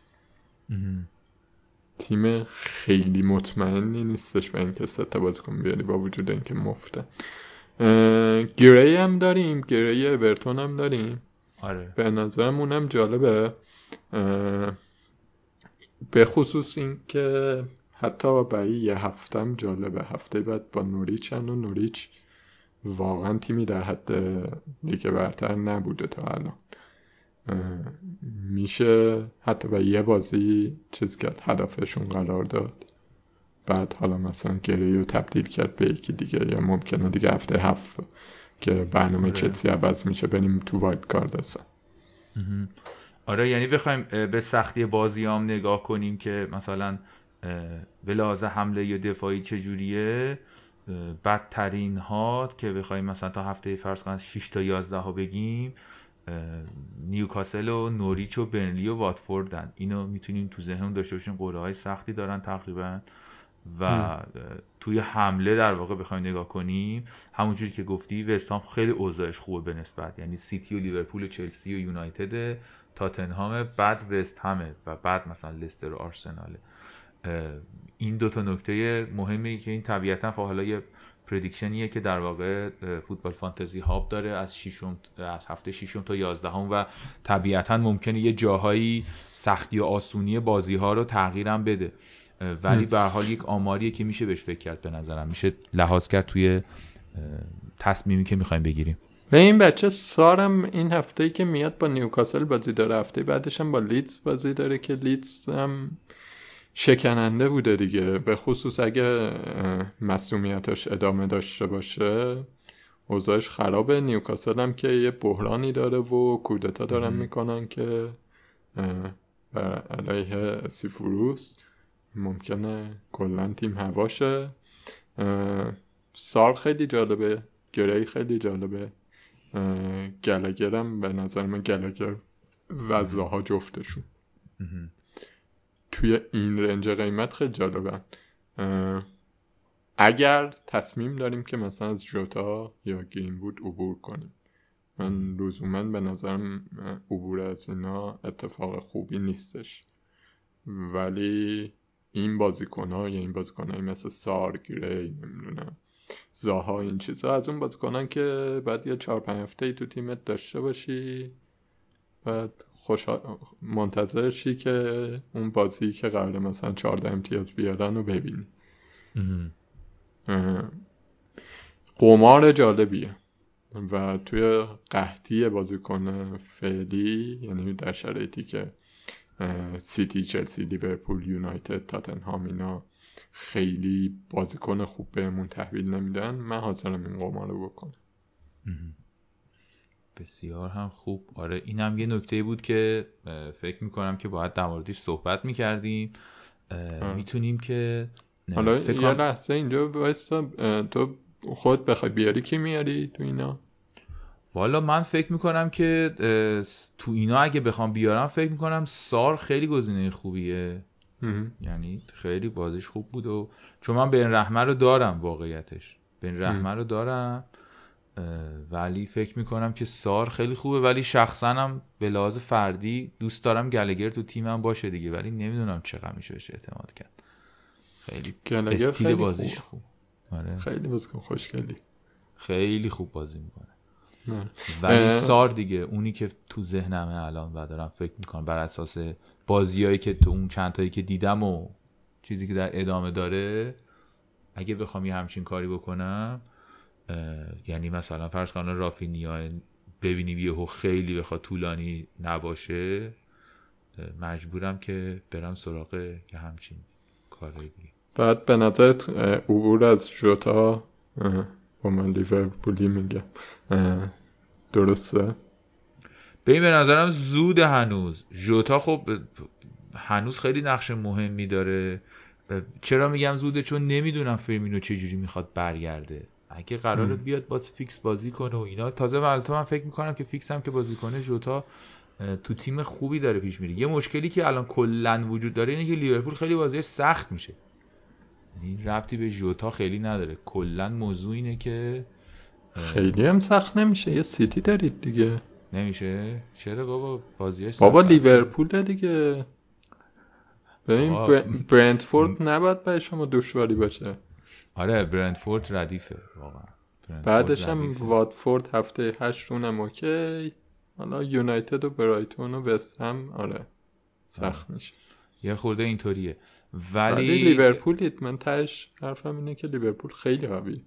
تیم خیلی مطمئنی نیستش به اینکه سه تا بازیکن بیاری با وجود اینکه مفته. گری هم داریم، گری اورتون هم داریم. آره به نظرم اونم جالبه، به خصوص این که حتی برای یه هفتم جالبه. هفته بعد با نوریچ هن و نوریچ واقعا تیمی در حد لیگ برتر نبوده تا الان. میشه حتی به یه بازی چیز کرد، هدفشون قرار داد، بعد حالا مثلا گریو تبدیل کرد به یکی دیگه، یا ممکنه دیگه هفته هفت که برنامه آره. چلسی عوض میشه بریم تو وایلد کارت هستن. آره یعنی بخوایم به سختی بازی هم نگاه کنیم که مثلا به لحاظ حمله یا دفاعی چجوریه، بدترین ها که بخوایم مثلا تا هفته فرض کنید شش تا یازده ها بگیم، نیوکاسل و نوریچ و برنلی و واتفوردن. اینو میتونیم تو ذهنمون داشته باشیم، قرعه های سختی دارن تقریبا. و ام. توی حمله در واقع بخوایم نگاه کنیم، همونجوری که گفتی وستهام خیلی اوضاعش خوبه به نسبت، یعنی سیتی و لیورپول و چلسی و یونایتد، تاتنهام، بعد وستهامه و بعد مثلا لستر و آرسناله. این دو تا نکته مهمه که این طبیعتا خب حالا یه پردیکشنیه که در واقع فوتبال فانتزی هاب داره از ششم از هفته ششم تا یازدهم و طبیعتا ممکنه یه جاهایی سختی و آسونی بازی ها رو تغییرم بده، ولی به هر حال یک آماریه که میشه بهش فکر کرد، به نظرم میشه لحاظ کرد توی تصمیمی که میخوایم بگیریم. و این بچه سارم این هفته‌ای که میاد با نیوکاسل بازی داره، هفته بعدش هم با لیدز بازی داره که لیدز هم شکننده بوده دیگه، به خصوص اگه مصدومیتش ادامه داشته باشه اوضاعش خرابه. نیوکاسل هم که یه بحرانی داره و کودتا دارن میکنن که بر علیه سیفوروس ممکنه کلن تیم هواشه. سال خیلی جالبه، گری خیلی جالبه، گلگرم به نظر من گلگر و زاها جفتشون توی این رنج قیمت خیلی جالبن. اگر تصمیم داریم که مثلا از ژوتا یا گرین‌وود عبور کنیم، من لزوماً به نظرم عبور از اینا اتفاق خوبی نیستش، ولی این بازیکن‌ها یا این بازیکن‌های مثل سار، گری، نمیدونم زاها، این چیزا از اون بازیکنان که بعد یه چهار پنج هفته ای تو تیمت داشته باشی، بعد خوشحال منتظر شی که اون بازی که قراره مثلا چهارده امتیاز بیارن رو ببینی. قمار جالبیه و توی قحطی بازیکن فعلی، یعنی در شرایطی که سیتی، چلسی، لیورپول، یونایتد، تاتنهام اینا خیلی بازیکن خوب بهمون تحویل نمیدن، من حاضرم این قمار رو بکنم. بسیار هم خوب. آره این هم یه نکته بود که فکر میکنم که باید در موردش صحبت میکردیم. میتونیم که حالا یه کنم... لحظه اینجا بایستا، تو خود بخوای بیاری کی میاری تو اینا؟ والا من فکر میکنم که تو اینا اگه بخوام بیارم فکر میکنم سار خیلی گزینه خوبیه. یعنی خیلی بازیش خوب بود و چون من بن رحمه رو دارم، واقعیتش بن رحمه رو دارم، ولی فکر میکنم که سار خیلی خوبه، ولی شخصا هم به لحاظ فردی دوست دارم گلگر تو تیمم باشه دیگه، ولی نمیدونم چقدر میشه بهش اعتماد کرد. خیلی گلگر استیل خیلی بازیش خوب. خوب. آره خیلی بازیکن خوشگلی، خیلی خوب بازی میکنه. ولی اه... سار دیگه اونی که تو ذهنمه الان و دارم فکر میکنم بر اساس بازیایی که تو اون چند تایی که دیدم و چیزی که در ادامه داره، اگه بخوام یه همچین کاری بکنم، یعنی مثلا فرض کنم رافینیا ببینیم یهو خیلی بخواد طولانی نباشه، مجبورم که برم سراغ یه همچین کاری دیگه. بعد به نظرت عبور از ژوتا، با من لیورپولی میگم، درسته؟ ببین به نظرم زود هنوز. ژوتا خب هنوز خیلی نقش مهمی داره. چرا میگم زوده؟ چون نمیدونم فرمینو چه جوری میخواد برگرده. اگه قراره بیاد باز فیکس بازی کنه و اینا، تازه البته من فکر میکنم که فیکس هم که بازی کنه ژوتا تو تیم خوبی داره پیش میره. یه مشکلی که الان کلا وجود داره اینه که لیورپول خیلی بازی سخت میشه. این ربطی به ژوتا خیلی نداره، کلا موضوع اینه که خیلی هم سخت نمیشه. یه سیتی دارید دیگه. نمیشه؟ چرا بابا بازیش سخت؟ بابا لیورپول دیگه. ببین بر... برنتفورد نباید برای شما دشواری باشه. آره برنتفورد ردیفه واقعا. بعدش هم واتفورد هفته هشت اونم اوکی. حالا یونایتد و برایتون و وست هم آره سخت میشه. یه خورده اینطوریه. ولی, ولی لیورپولید. من تاش حرفم اینه که لیورپول خیلی قویه.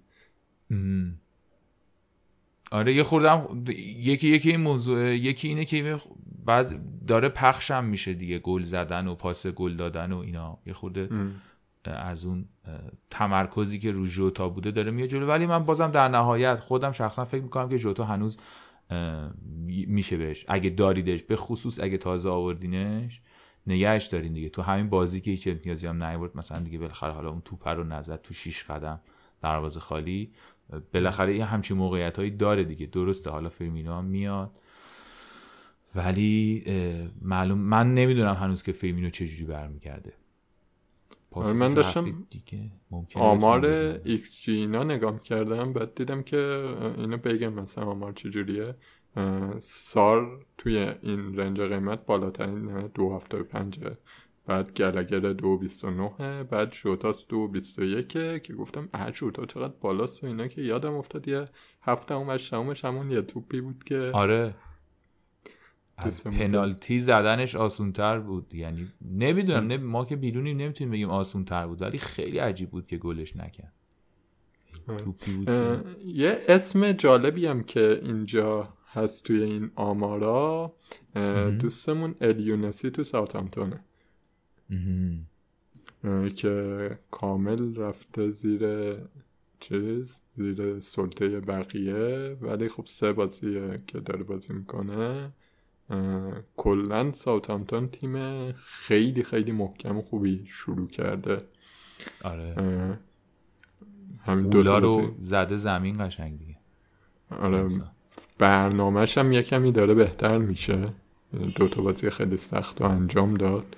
آره یه خورده هم یکی یکی این موضوع، یکی اینه که بعض داره پخشم میشه دیگه، گل زدن و پاس گل دادن و اینا، یه خورده ام. از اون تمرکزی که رو ژوتا بوده داره میاد جلو. ولی من بازم در نهایت خودم شخصا فکر میکنم که ژوتا هنوز میشه بهش، اگه داریدش، به خصوص اگه تازه آوردینش، نگهش دارین دیگه. تو همین بازی که هیچ امتیازی هم نیورد مثلا دیگه بالاخره حالا اون توپ رو نزد تو شیش قدم دروازه خالی، بالاخره یه همچین موقعیتایی داره دیگه. درسته حالا فرمینو هم میاد، ولی معلوم من نمیدونم هنوز که فرمینو چجوری برمیگرده. من داشتم آمار ایکس جی اینا نگاه کردم، بعد دیدم که اینو بگم مثلا آمار چجوریه. سار توی این رنج قیمت بالاترین دو هفتاد و پنج، بعد گلگر دو بیست و نه، بعد شوتاس دو بیست و یک که گفتم اه شوتا چقدر بالاست و اینا، که یادم افتاد یه هفته هم هشتمش همون یه توپی بود که آره از پنالتی زدنش آسونتر بود. یعنی نمیدونم نه ما که بیرونیم نمیتونیم بگیم آسونتر بود، ولی خیلی عجیب بود که گلش نکرد. توپی بود که... یه اسم جالبی هم که اینجا هست توی این آمارا، دوستمون الیونسی تو ساوثهامپتونه که کامل رفته زیر چیز زیر سلطه بقیه، ولی خب سه بازیه که داره بازی میکنه. کلن ساوثهامپتون تیم خیلی خیلی محکم و خوبی شروع کرده. آره همین دو تا رو زده زمین قشنگ دیگه. آره برنامه‌ش هم یه کمی داره بهتر میشه، دو تا بازی خیلی سخت رو انجام داد.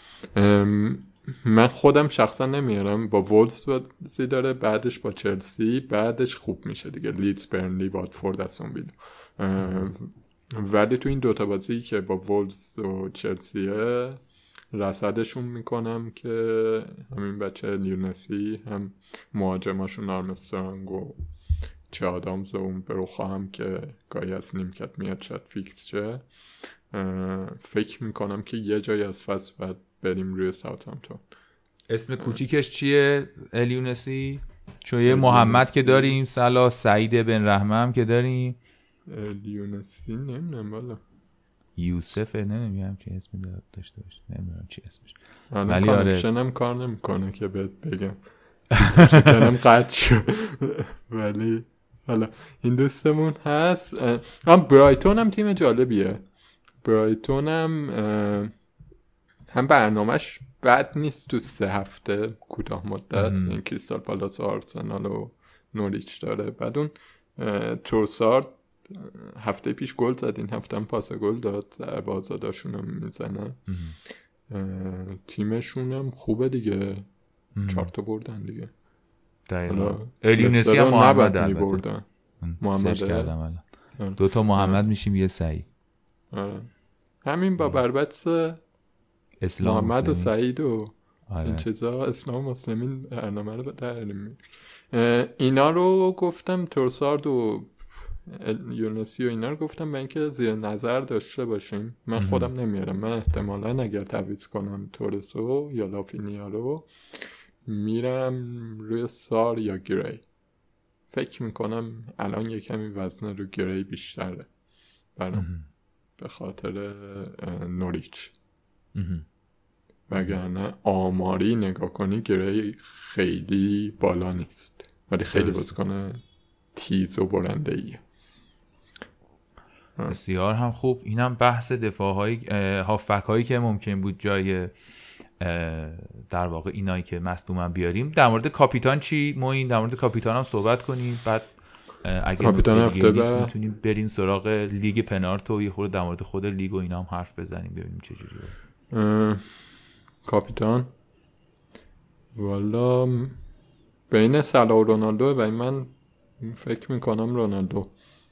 من خودم شخصا نمیارم، با وولز بازی داره، بعدش با چلسی، بعدش خوب میشه دیگه، لیدز، برنلی، واتفورد، استون ویلا. ولی تو این دوتا بازی که با وولز و چلسیه رصدشون میکنم که همین بچه لیونسی هم مهاجماشون آرمسترانگ و چه آدامز و اون بروخا هم که گاهی از نیمکت میاد شاید فیکس شه. فکر میکنم که یه جای از فصل باید بریم روی ساوثهامپتون. اسم کوچیکش چیه الیونسی؟ چون یه محمد که داریم، صلاح، سعید بن رحمه هم که داریم. الیونسی نمیدونم والا، یوسفه نمیدونم چه اسمی داشته باشه، نمیدونم چی اسمش. ولی کانکشنم آره... کار نمیکنه که بهت بگم چکنم قطع شد. ولی حالا این دوستمون هست. هم برایتون هم تیم جالبیه. برایتون هم هم برنامهش بد نیست تو سه هفته کوتاه مدت، این کریستال پالاس و آرسنال و نوریچ داره. بعد اون تروسارد هفته پیش گل زد، این هفته هم پاس گل داد، ضربه آزاداشون هم میزنه. تیمشون هم خوبه دیگه، چهار تا بردن دیگه. دقیقاً الیونسی هم محمد میبردن. محمد کردم الان دو تا محمد میشیم یه سعید. آره همین با بربچس اسلام محمد مسلمین. و سعید و آره. این چیزا اسلام مسلمین برنامه رو داریم. اینا رو گفتم، تروسارد و یونسی و اینا رو گفتم به اینکه زیر نظر داشته باشیم. من خودم نمیارم، من احتمالاً اگر تعویض کنم تورسو یا لافینیا رو میرم روی سار یا گری. فکر میکنم الان یه کمی وزن رو گری بیشتره برام به خاطر نوریچ، وگرنه آماری نگاه کنی گری خیلی بالا نیست، ولی خیلی بازیکن تیز و برنده ایه. بسیار هم خوب. اینم بحث دفاع های هافبک هایی که ممکن بود جای در واقع اینایی که مصدومن بیاریم. در مورد کاپیتان چی موین؟ در مورد کاپیتان هم صحبت کنیم، بعد اگه نکته دیگه نیست میتونیم بریم سراغ لیگ پنارتو، یه خورده در مورد خود لیگ و اینا هم حرف بزنیم ببینیم چه جوریه. کاپیتان والا بین صلاح و رونالدو، و من فکر میکنم رونالدو.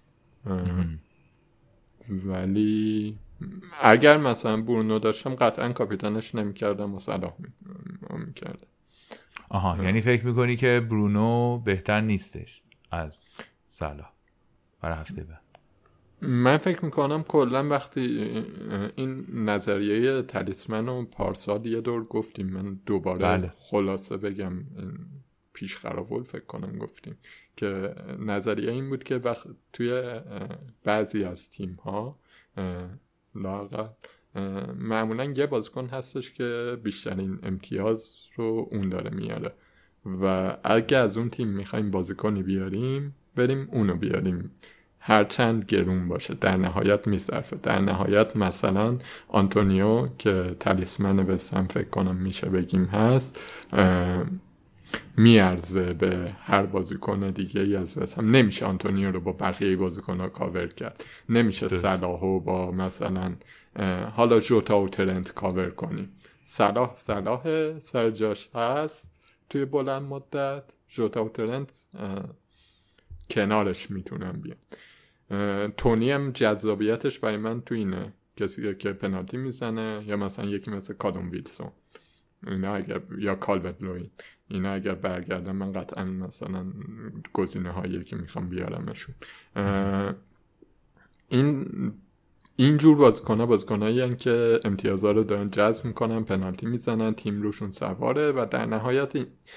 ولی اگر مثلا برونو داشتم قطعا کاپیتانش نمیکردم و صلاح میکردم. آها یعنی فکر میکنی که برونو بهتر نیستش از صلاح برای هفته بعد؟ من فکر میکنم کلا وقتی این نظریه تلیسمن و پارسال یه دور گفتیم، من دوباره بله. خلاصه بگم این پیش خراول فکر کنم گفتیم که نظریه این بود که وقت توی بعضی از تیم ها لااقل معمولا یه بازیکن هستش که بیشترین امتیاز رو اون داره میاره و اگه از اون تیم میخوایم بازیکنی بیاریم بریم اونو بیاریم. هرچند گرون باشه در نهایت میصرفه. در نهایت مثلا آنتونیو که تلیسمن وستهم فکر کنم میشه بگیم هست، میارزه به هر بازیکن دیگه ای از وستهم. نمیشه آنتونیو رو با بقیه بازیکن‌ها کاور کرد، نمیشه صلاحو با مثلا حالا ژوتا و ترنت کاور کنیم. صلاح صلاح سر جاش هست توی بلند مدت، ژوتا و ترنت کنارش میتونن بیان. تونی هم جذابیتش برای من تو اینه کسی که پنالتی میزنه، یا مثلا یکی مثل کالوم ویلسون اینا اگر، یا کالورت لوین اینا اگر برگردن من قطعا مثلا گزینه هایی که میخوام بیارمشون. این اینجور بازیکن‌ها بازیکنایی هستن که امتیازها رو دارن جذب میکنن، پنالتی میزنن، تیم روشون سواره و در نهایت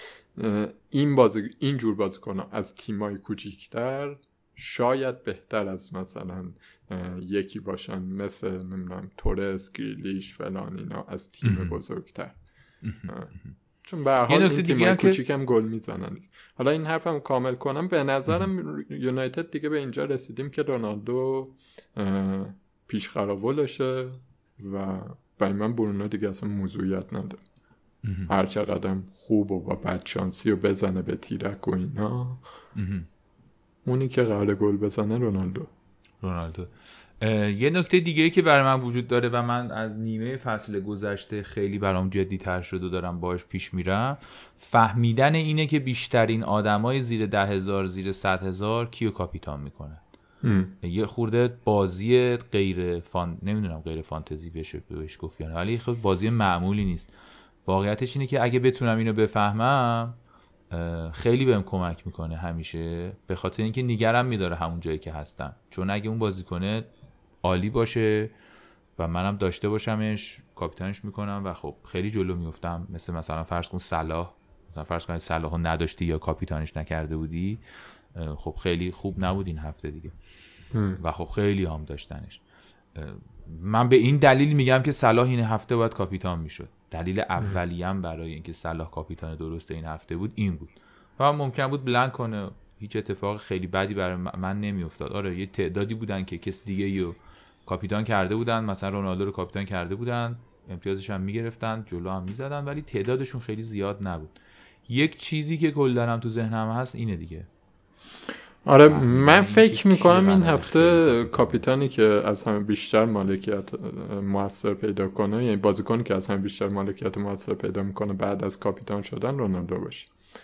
این بازی اینجور بازیکن‌ها از تیمای کوچیک‌تر شاید بهتر از مثلا یکی باشن مثل نمیدونم تورس، گریلیش فلان اینا از تیم بزرگتر، چون به هر حال این تیمای کوچیک هم گل میزنن. حالا این حرفم کامل کنم، به نظرم یونایتد دیگه به اینجا رسیدیم که رونالدو پیش خراولشه و برای من برونو دیگه اصلا موضوعیت نداره. هر چقدر خوب و با بدشانسی و بزنه به تیرک و اینا، اونی که قراره گل بزنه رونالدو. رونالدو یه نکته دیگه که برای من وجود داره و من از نیمه فصل گذشته خیلی برام جدی تر شد و دارم باهاش پیش میرم، فهمیدن اینه که بیشترین آدمای زیر ده هزار زیر صد هزار کیو کاپیتان میکنه. یه خورده بازی غیر فان نمیدونم غیر فانتزی بشه بهش گفت یا نه، ولی خود بازی معمولی نیست. واقعیتش اینه که اگه بتونم اینو بفهمم خیلی بهم کمک میکنه همیشه، به خاطر اینکه نگرم میداره همون جایی که هستم. چون اگه اون بازیکنه عالی باشه و منم داشته باشمش کاپیتانش میکنم و خب خیلی جلو میافتم. مثل مثلا فرض کن صلاح، مثلا فرض کن صلاحو نداشتی یا کاپیتانش نکرده بودی، خب خیلی خوب نبود این هفته دیگه هم. و خب خیلی هم داشتنش. من به این دلیل میگم که صلاح این هفته باید کاپیتان میشد. دلیل اولیم برای اینکه صلاح کاپیتان درست این هفته بود این بود. و ممکن بود بلند کنه، هیچ اتفاق خیلی بدی برای من نمیافتاد. آره یه تعدادی بودن که کس دیگه رو کاپیتان کرده بودن، مثلا رونالدو رو کاپیتان کرده بودن، امتیازش هم میگرفتن، جلو هم میزدن، ولی تعدادشون خیلی زیاد نبود. یک چیزی که کلا تو ذهنم هست اینه دیگه. آره من فکر میکنم این هفته کاپیتانی که از همه بیشتر مالکیت موثر پیدا کنه، یعنی بازیکنی که از همه بیشتر مالکیت موثر پیدا میکنه بعد از کاپیتان شدن رونالدو باشه.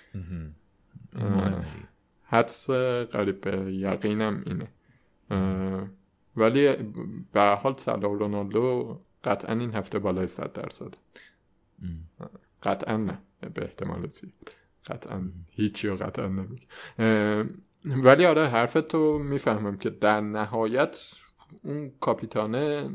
حدس قریب به یقینم اینه. ولی به هر حال صلاح و رونالدو قطعا این هفته بالای صد درصد. قطعا نه، به احتمال زیاد. قطعا هیچی رو قطعا نمیگه. ولی آره حرفتو میفهمم که در نهایت اون کاپیتانه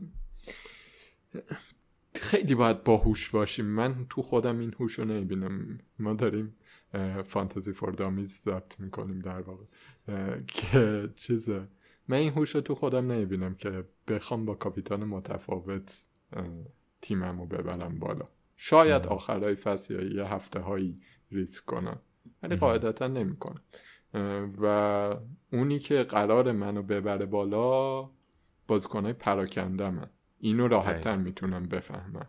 خیلی باید باهوش باشیم. من تو خودم این هوشو نمیبینم. ما داریم فانتزی فور دامیز ضبط میکنیم در واقع که چیزه، من این هوشو تو خودم نمیبینم که بخوام با کاپیتان متفاوت تیممو ببرم بالا. شاید آخرای فصل یا یه هفته هایی ریسک کنم ولی قاعدتا نمی کنم. و اونی که قرار منو ببره بالا بازیکنای پراکنده من، اینو راحت تر میتونم بفهمم.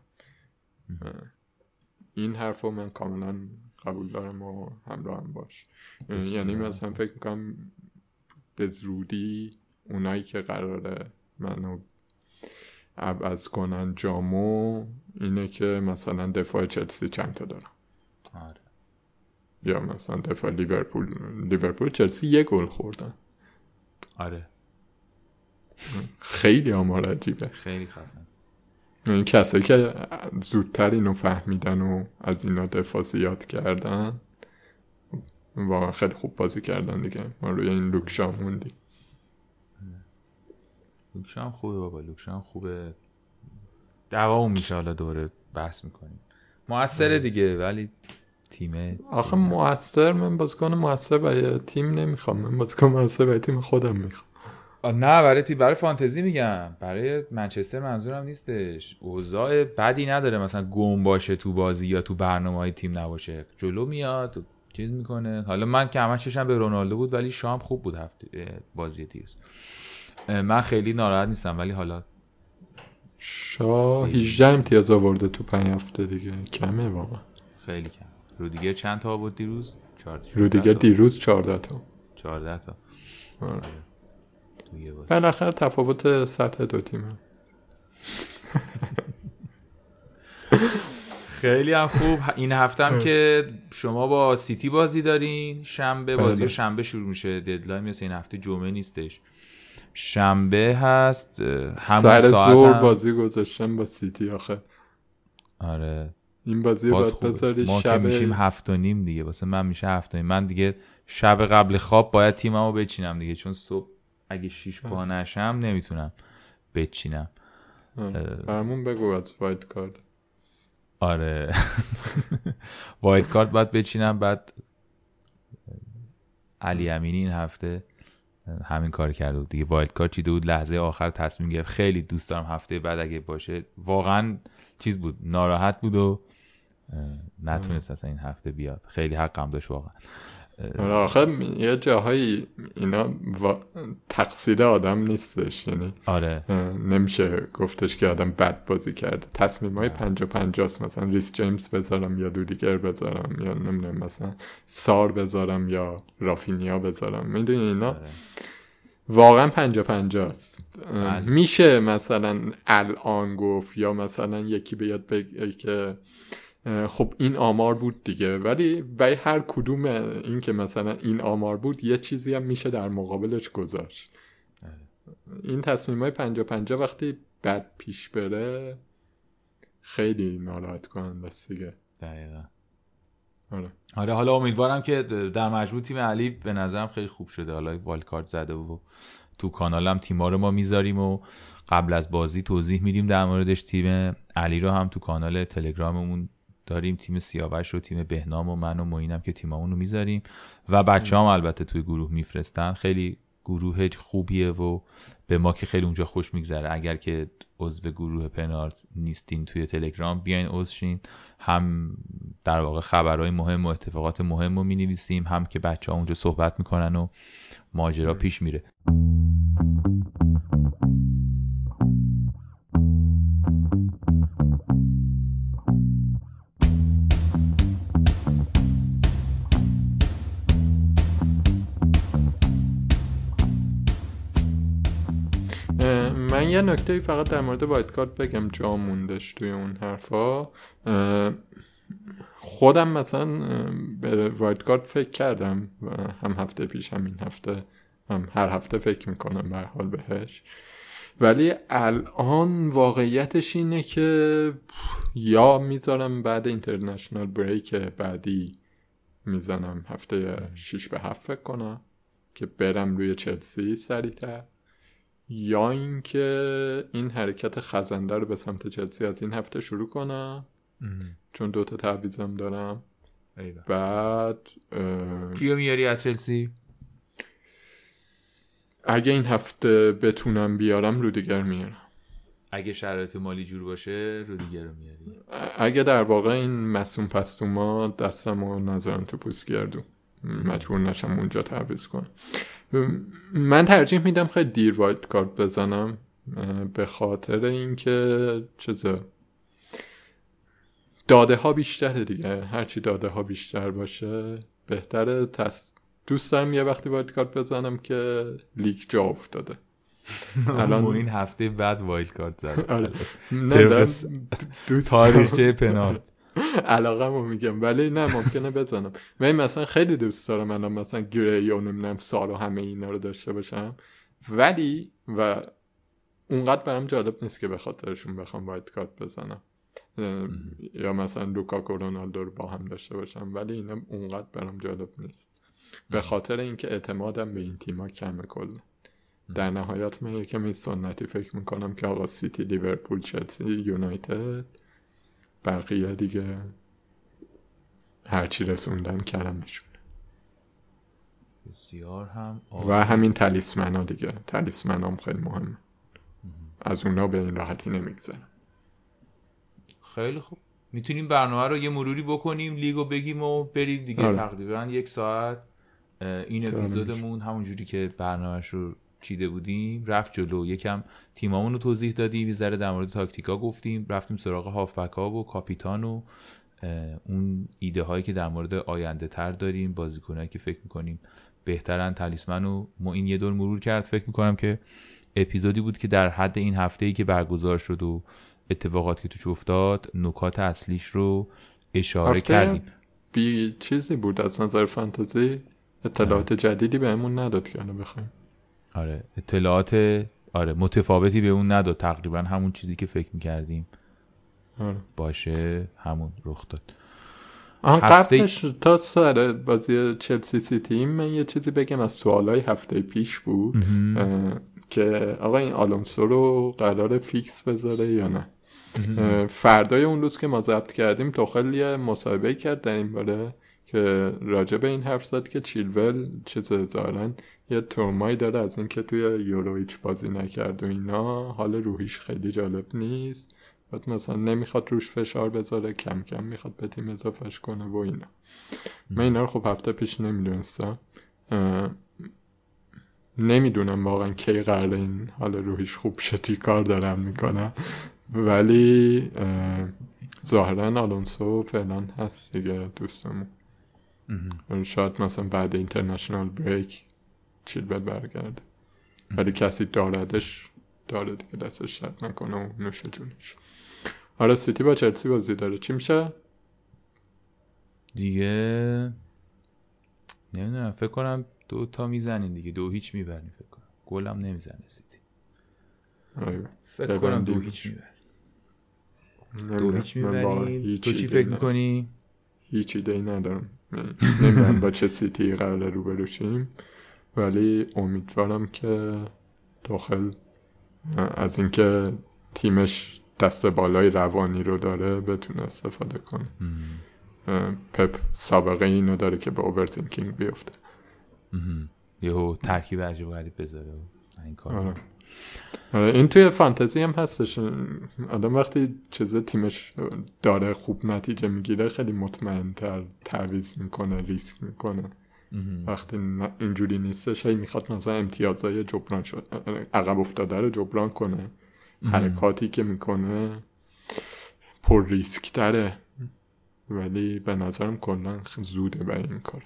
این حرفو من کاملا قبول دارم و همراه هم باش. یعنی مثلا فکر میکنم به زودی اونایی که قراره منو عوض کنن جامو اینه که مثلا دفاع چلسی چند تا دارم. آره. یا مثلا دفاع لیورپول لیورپول چلسی یک گل خوردن. آره. خیلی آمار عجیبه. خیلی خفن. این کسایی که زودتر اینو فهمیدن و از اینا دفاع زیاد کردن واقعا خیلی خوب بازی کردن دیگه. ما روی این لوکشا موندیم. لوکشا هم خوبه بابا، لوکشا هم خوبه. دوام میشه، حالا دوره بحث میکنیم. موثره دیگه ولی تیمه آخه موثر، من بازیکن موثر برای تیم نمیخوام، من بازیکن موثر برای تیم خودم میخوام. نه برای تیم، برای فانتزی میگم، برای منچستر منظورم نیستش. اوضاع بدی نداره مثلا گم باشه تو بازی یا تو برنامه‌های تیم نباشه، جلو میاد چیز میکنه. حالا من که همه چشم به رونالدو بود ولی شام خوب بود هفته بازی دیروز. من خیلی ناراحت نیستم ولی حالا شا هجده امتیاز آورده تو پنج هفته دیگه، کمه واقعا، خیلی کم. رودیگر چند تا آورد دیروز؟ چهارده. رودیگر دیروز چهارده تا. چهارده تا. آره. تو یه بازی. بالاخره تفاوت سطح دو تیمه. خیلی هم خوب. این هفته هم که شما با سیتی بازی دارین، شنبه بازی شنبه شروع میشه. ددلاین مثل این هفته جمعه نیستش، شنبه هست. همون سر ساعت زور هم... بازی گذاشتن با سیتی آخه. آره این بازی باید بذاری ما شب. که میشیم هفت و نیم دیگه، واسه من میشه هفت و نیم. من دیگه شب قبل خواب باید تیممو بچینم دیگه، چون صبح اگه شیش پا نشم نمیتونم بچینم. برامون بگو از وایلد کارت. آره وایلد کارت باید بچینم. بعد علی امینی این هفته همین کار کرده بود دیگه، وایلد کارت چیده بود، لحظه آخر تصمیم گرفت. خیلی دوست دارم هفته بعد اگه باشه. واقعا چیز بود، ناراحت بود و نتونست اصلا این هفته بیاد. خیلی حقم داشت واقعا. آره آخه یه جاهایی اینا و... تقصیر آدم نیستش، یعنی آره نمیشه گفتش که آدم بد بازی کرده. تصمیم های پنجا پنجاست، مثلا ریس جیمز بذارم یا رودیگر بذارم یا نمیدونم مثلا سار بذارم یا رافینیا بذارم، میدونی اینا آره. واقعا پنجا پنجاست. میشه مثلا الان گفت یا مثلا یکی بیاد بگه که خب این آمار بود دیگه، ولی برای هر کدوم این که مثلا این آمار بود یه چیزی هم میشه در مقابلش گذاشت. این تصمیم های پنجا پنجا وقتی بد پیش بره خیلی ناراحت کننده است دیگه. دقیقا. آره. آره حالا امیدوارم که در مجموع تیم علی به نظرم خیلی خوب شده. حالا وایلد کارت زده و تو کانالم تیما رو ما میذاریم و قبل از بازی توضیح میدیم در موردش. تیم علی رو هم تو کانال تلگراممون داریم، تیم سیاوش رو، تیم بهنام و من و معینم که تیممون رو میذاریم و بچه هم البته توی گروه میفرستن. خیلی گروه خوبیه و به ما که خیلی اونجا خوش میگذره. اگر که عضو گروه پنارت نیستین توی تلگرام بیاین عضو شین. هم در واقع خبرهای مهم و اتفاقات مهم رو مینویسیم، هم که بچه ها اونجا صحبت میکنن و ماجرا پیش میره. من یه نکته فقط در مورد وایلد کارت بگم، جا موندش توی اون حرفا. خودم مثلا به وایلد کارت فکر کردم، هم هفته پیش هم این هفته، هم هر هفته فکر میکنم به هر حال بهش، ولی الان واقعیتش اینه که یا میذارم بعد اینترنشنال بریک بعدی میزنم هفته شش به هفت فکر کنم که برم روی چلسی سریعتر، یا اینکه این حرکت خزنده رو به سمت چلسی از این هفته شروع کنم چون دوتا تعویضم دارم. ایوه. بعد کیو میاری از چلسی؟ اگه این هفته بتونم بیارم رودیگر میارم. اگه شرایط مالی جور باشه رودیگر رو میاری؟ اگه در واقع این مصوم پستوما دستم و نظرم تو پوست گردو مجبور نشم اونجا تعویض کنم. من ترجیح میدم خیلی دیر وایلد کارت بزنم به خاطر اینکه چیزه داده ها بیشتره دیگه، هرچی داده ها بیشتر باشه بهتره. تست دوست دارم یه وقتی وایلد کارت بزنم که لیگ جا افتاده. الان این هفته بعد وایلد کارت زد. آره. نه تاریخچه پنارت علاقه رو میگم، ولی نه ممکنه بزنم. من مثلا خیلی دوست دارم الان مثلا گری و نمیدونم سال و همه اینا رو داشته باشم، ولی و اونقدر برام جالب نیست که به خاطرشون بخوام وایلد کارت بزنم یا مثلا لوکاکو رونالدو رو با هم داشته باشم، ولی اینا اونقدر برام جالب نیست به خاطر اینکه اعتمادم به این تیم‌ها کمه کلا. در نهایت من یکم سنتی فکر میکنم که آقا سیتی، لیورپول، چلسی، یونایتد، بقیه دیگه هرچی رسوندن کلمشون. بسیار هم و همین تلیسمن ها دیگه، تلیسمن هم خیلی مهمه، از اونا به این راحتی نمیگذارم. خیلی خوب. میتونیم برنامه رو یه مروری بکنیم، لیگو بگیم و بریم دیگه. آره. تقریبا یک ساعت این اپیزودمون همونجوری که برنامه‌اش رو چیده بودیم رفت جلو. یکم تیمامون رو توضیح دادیم، یه ذره در مورد تاکتیکا گفتیم، رفتیم سراغ هافبک‌ها و کاپیتان و اون ایده هایی که در مورد آینده تر داریم، بازیکنایی که فکر می‌کنیم بهترن، تالیسمن و ما این یه دور مرور کرد. فکر می‌کنم که اپیزودی بود که در حد این هفته‌ای که برگزار شد و اتفاقاتی که توش افتاد نکات اصلیش رو اشاره کردیم. بی چیزی بود از نظر فانتزی، اطلاعات آره. جدیدی بهمون نداد که الان بخوایم. آره اطلاعات آره متفاوتی به اون نداد، تقریبا همون چیزی که فکر می‌کردیم آره. باشه همون رخ داد. آن قبلش تا سر بازی چلسی سیتی من یه چیزی بگم از سوالای هفته پیش بود که آقا این آلونسو رو قراره فیکس بذاره یا نه. فردای اون روز که ما ضبط کردیم توخیل یه مصاحبه کرد در این باره که راجع به این حرف زد که چیلول چیز ظاهرا یه ترومایی داره از این که توی یورو هیچ بازی نکرد و اینا، حال روحیش خیلی جالب نیست، بعد مثلا نمیخواد روش فشار بذاره، کم کم میخواد به تیم اضافهش کنه و اینا. من اینا رو خب هفته پیش نمیدونستم، نمیدونم واقعا کی قراره این حال روحیش خوب شه، چی کار دارم میکنم، ولی ظاهرا آلونسو فعلا هست دیگه دوستمون. شاید مثلا بعد اینترنشنال بریک چیلول برگرده، ولی کسی داردش داره دیگه، دستش شرط نکنه و نوش جونش. آره سیتی با چلسی بازی داره، چی میشه؟ دیگه نمیدونم، فکر کنم دو تا میزنین دیگه، دو هیچ میبرین فکر کنم، گل هم نمیزنه سیتی. آره. فکر کنم دو هیچ میبرین. دو هیچ میبرین. تو چی فکر میکنی؟ هیچ ایده‌ای ندارم، نمیدونم با چه سیتی قراره روبرو شیم، ولی امیدوارم که توخیل از اینکه تیمش دست بالای روانی رو داره بتونه استفاده کنه. پپ سابقه اینو داره که به اوورتینکینگ بیفته، یهو ترکیب عجیب غریب بذاره این کار. آره. آره این توی فانتزی هم هستش، آدم وقتی چیزه تیمش داره خوب نتیجه میگیره خیلی مطمئن‌تر تعویض میکنه، ریسک میکنه. وقتی اینجوری نیستش هی میخواد مثلا امتیازهای جبران شد عقب افتاده رو جبران کنه، حرکاتی که میکنه پر ریسک تره، ولی به نظرم کلا زوده برای این کار.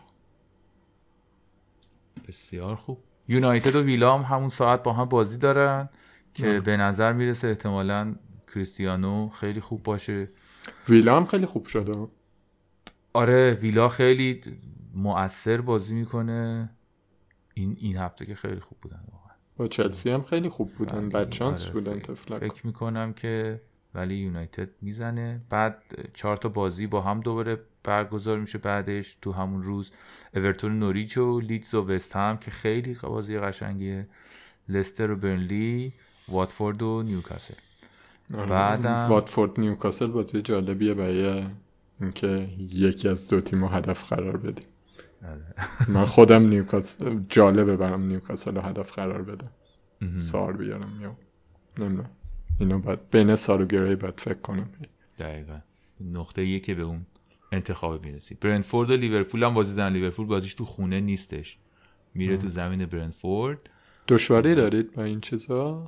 بسیار خوب. یونایتد و ویلا هم همون ساعت با هم بازی دارن که آه. به نظر میرسه احتمالاً کریستیانو خیلی خوب باشه. ویلا هم خیلی خوب شده. آره ویلا خیلی مؤثر بازی میکنه این این هفته که خیلی خوب بودن واقعا. با چلسی هم خیلی خوب بودن، بچانس آره بودن تفلک. فکر میکنم که ولی یونایتد میزنه. بعد چهار تا بازی با هم دوباره برگزار میشه بعدش تو همون روز، اورتون نوریچ و لیدز و وست هم که خیلی بازی قشنگیه، لستر و برنلی، واتفورد و نیوکاسل. بعدم واتفورد نیوکاسل بازی جالبیه برای اینکه یکی از دو تیمو هدف قرار بدیم. من خودم نیوکاسل جالبه برام نیوکاسل رو هدف قرار بدم، سار بیارم یا نمیدونم، اینو بعد بین سار و گری بعد فکر کنم. دقیقاً نقطه ایه که به اون انتخاب میرسید. برنتفورد و لیورپول هم بازی دارن، لیورپول بازیش تو خونه نیستش، میره تو زمین برنتفورد. دشواری دارید با این چیزا؟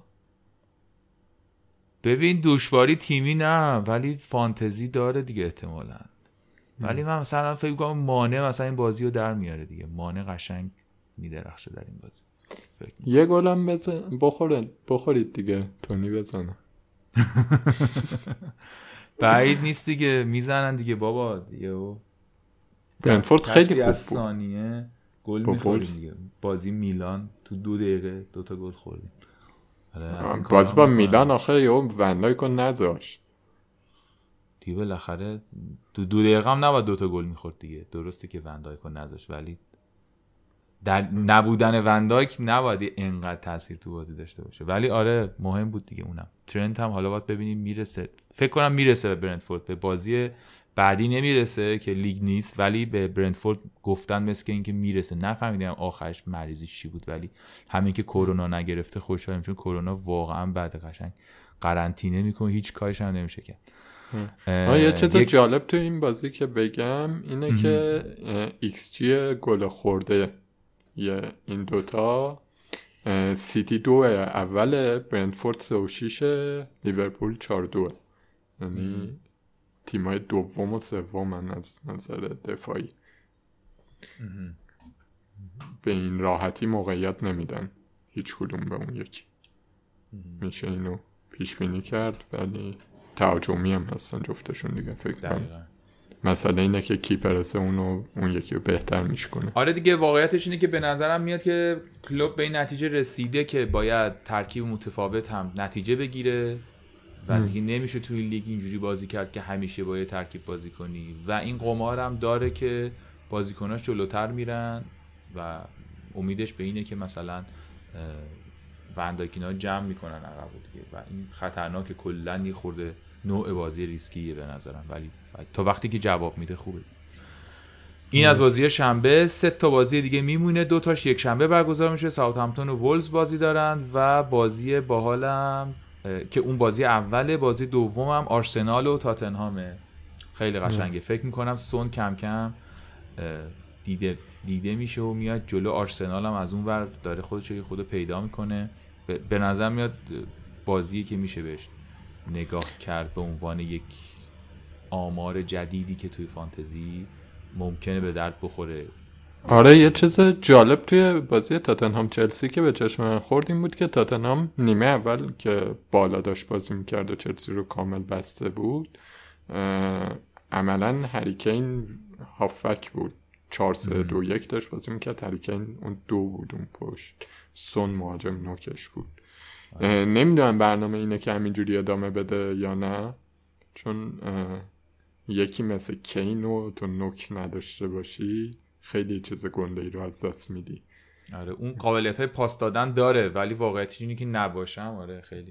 ببین دشواری تیمی نه ولی فانتزی داره دیگه احتمالاً. ولی من مثلا فکر کنم مانع مثلا این بازی رو در میاره دیگه، مانع قشنگ میدرخشه در این بازی. یه گلم بزن بخورید بخورید دیگه، تونی بزنه. بعید نیست دیگه، میزنن دیگه بابا دیگه. برنتفورد خیلی خوب بود. ثانیه گل می‌خوریم دیگه. بازی میلان تو دو دقیقه دو تا گل خوردیم. باز با میلان آخه یه ونلایک رو نذاشت دیگه، بالاخره تو دو دقیقه هم نباید دو تا گل می‌خورد دیگه. درسته که وندایک رو نذاشت ولی در نبودن وندایک نباید اینقدر تاثیر تو بازی داشته باشه. ولی آره مهم بود دیگه اونم. ترنت هم حالا باید ببینیم میرسه، فکر کنم میرسه به برنتفورد. به بازی بعدی نمیرسه که لیگ نیست، ولی به برنتفورد گفتن مثل اینکه میرسه. نفهمیدم آخرش مریضی چی بود، ولی همین که کرونا نگرفته خوشحالم، چون کرونا واقعا بعد قشنگ قرنطینه میکنه، هیچ کارش هم نمیشه کرد. آه یه چیز یک... جالب تو این بازی که بگم اینه ام. که ایکس جی گل خورده یه این دوتا سیتی دو اول، برنتفورد سه و شیش، لیورپول چهار دو، یعنی تیمای دوم و سوم از نظر دفاعی به این راحتی موقعیت نمیدن هیچ کدوم به اون یکی. میشه اینو پیش بینی کرد، ولی تهاجمی هم هستن جفتشون دیگه فکر کنم. مثلا اینه که کی پرسه اونو اون یکی رو بهتر میشکنه. آره دیگه واقعیتش اینه که به نظرم میاد که کلوب به این نتیجه رسیده که باید ترکیب متفاوت هم نتیجه بگیره و دیگه نمیشه توی لیگ اینجوری بازی کرد که همیشه باید ترکیب بازی کنی و این قمار هم داره که بازیکناش جلوتر میرن و امیدش به اینه که مثلا وندایکینا جمع میکنن عقب دیگه و این خطرناکه، کلا یه خورده نوع بازی ریسکیه به نظرم، ولی تا وقتی که جواب میده خوبه. این ام. از بازی شنبه. سه تا بازی دیگه میمونه، دو تاش یک شنبه برگزار میشه. ساوثهامپتون و وولز بازی دارند و بازی باحالم که اون بازی اوله، بازی دومم آرسنال و تاتنهامه. خیلی قشنگه. فکر میکنم سون کم کم دیده دیده میشه و میاد جلو. آرسنال هم از اون ور داره خودش رو خود پیدا میکنه. به نظر میاد بازیه که میشه بهش نگاه کرد به عنوان یک آمار جدیدی که توی فانتزی ممکنه به درد بخوره. آره یه چیز جالب توی بازی تاتنهام چلسی که به چشم من خورد این بود که تاتنهام نیمه اول که بالا داشت بازی میکرد و چلسی رو کامل بسته بود، عملا هری کین هافک بود، چهار سه دو یک داشت بازی میکرد. هری کین اون دو بود اون پشت، سون مهاجم نوکش بود. نمیدونم برنامه اینه که همینجوری ادامه بده یا نه، چون یکی مثل کین رو تو نوک نداشته باشی خیلی چیز گنده‌ای رو از دست میدی. آره اون قابلیت های پاس دادن داره، ولی واقعیتش اینه که نباشم آره خیلی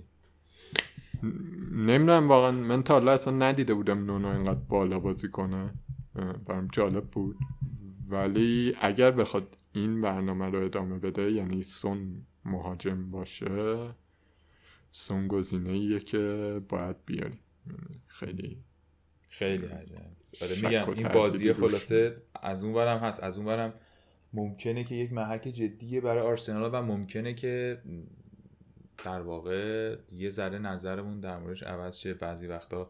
نمیدونم واقعا. من تا حالا اصلا ندیده بودم نونو اینقدر بالا بازی کنه، برام جالب بود. ولی اگر بخواد این برنامه رو ادامه بده، یعنی سون مهاجم باشه، سون گزینه‌ایه که باید بیاریم. خیلی خیلی عجیبه. آره میگم این بازی خلاصه از اون ورم هست، از اون ورم ممکنه که یک محک جدیه برای آرسنال و ممکنه که در واقع یه ذره نظرمون در موردش عوض شه. بعضی وقتا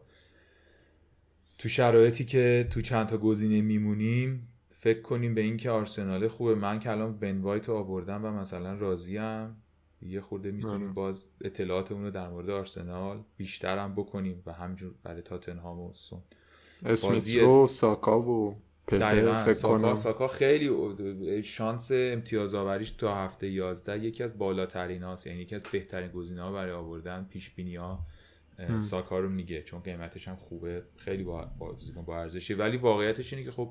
تو شرایطی که تو چند تا گزینه میمونیم فکر کنیم به این که آرسنال خوبه. من که الان بن وایت رو آوردم و مثلا راضیم، یه خورده میتونیم باز اطلاعاتمون رو در مورد آرسنال بیشتر هم بکنیم و همجور برای تاتنهام و سون. اسمیت رو ساکا و دقیقاً فکر ساکا کنم. ساکا خیلی شانس امتیاز آوریش تا هفته یازده یکی از بالاترین هاست، یعنی یکی از بهترین گزینه ها برای آوردن. پیش بینی ها ساکا رو میگه چون قیمتش هم خوبه، خیلی با بازیکن با ارزشه. ولی واقعیتش اینه که خب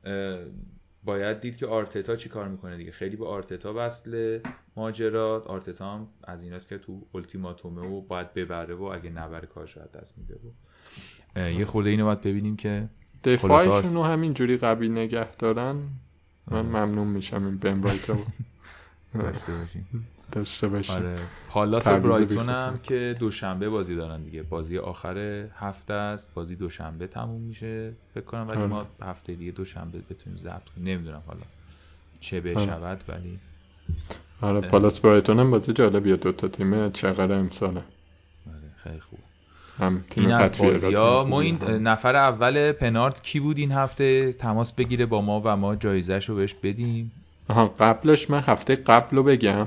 باید دید که آرتتا چی کار میکنه دیگه. خیلی با آرتتا وصله ماجرات. آرتتا هم از ایناست که تو التیماتومه و باید ببره و اگه نبره کارش رو دست میده و یه خورده اینو باید ببینیم که دفاعشون رو همینجوری قوی نگه دارن. من ممنون میشم این بن وایت رو داشته باشیم داشته باشیم. آره پالاس و برایتون هم که دوشنبه بازی دارن دیگه. بازی آخر هفته است، بازی دوشنبه تموم میشه فکر کنم، ولی ما هفته دیگه دوشنبه بتونیم ضبط کنیم. نمیدونم حالا چه بشود ولی آره پالاس برایتون هم بازی جالبیه، دو تا تیم چقدر امساله. آره خیلی خوبه. هم تیم این از بازی‌ها. ما این نفر اول پنارت کی بود این هفته تماس بگیره با ما و ما جایزه‌شو بهش بدیم. آها قبلش من هفته قبلو بگم.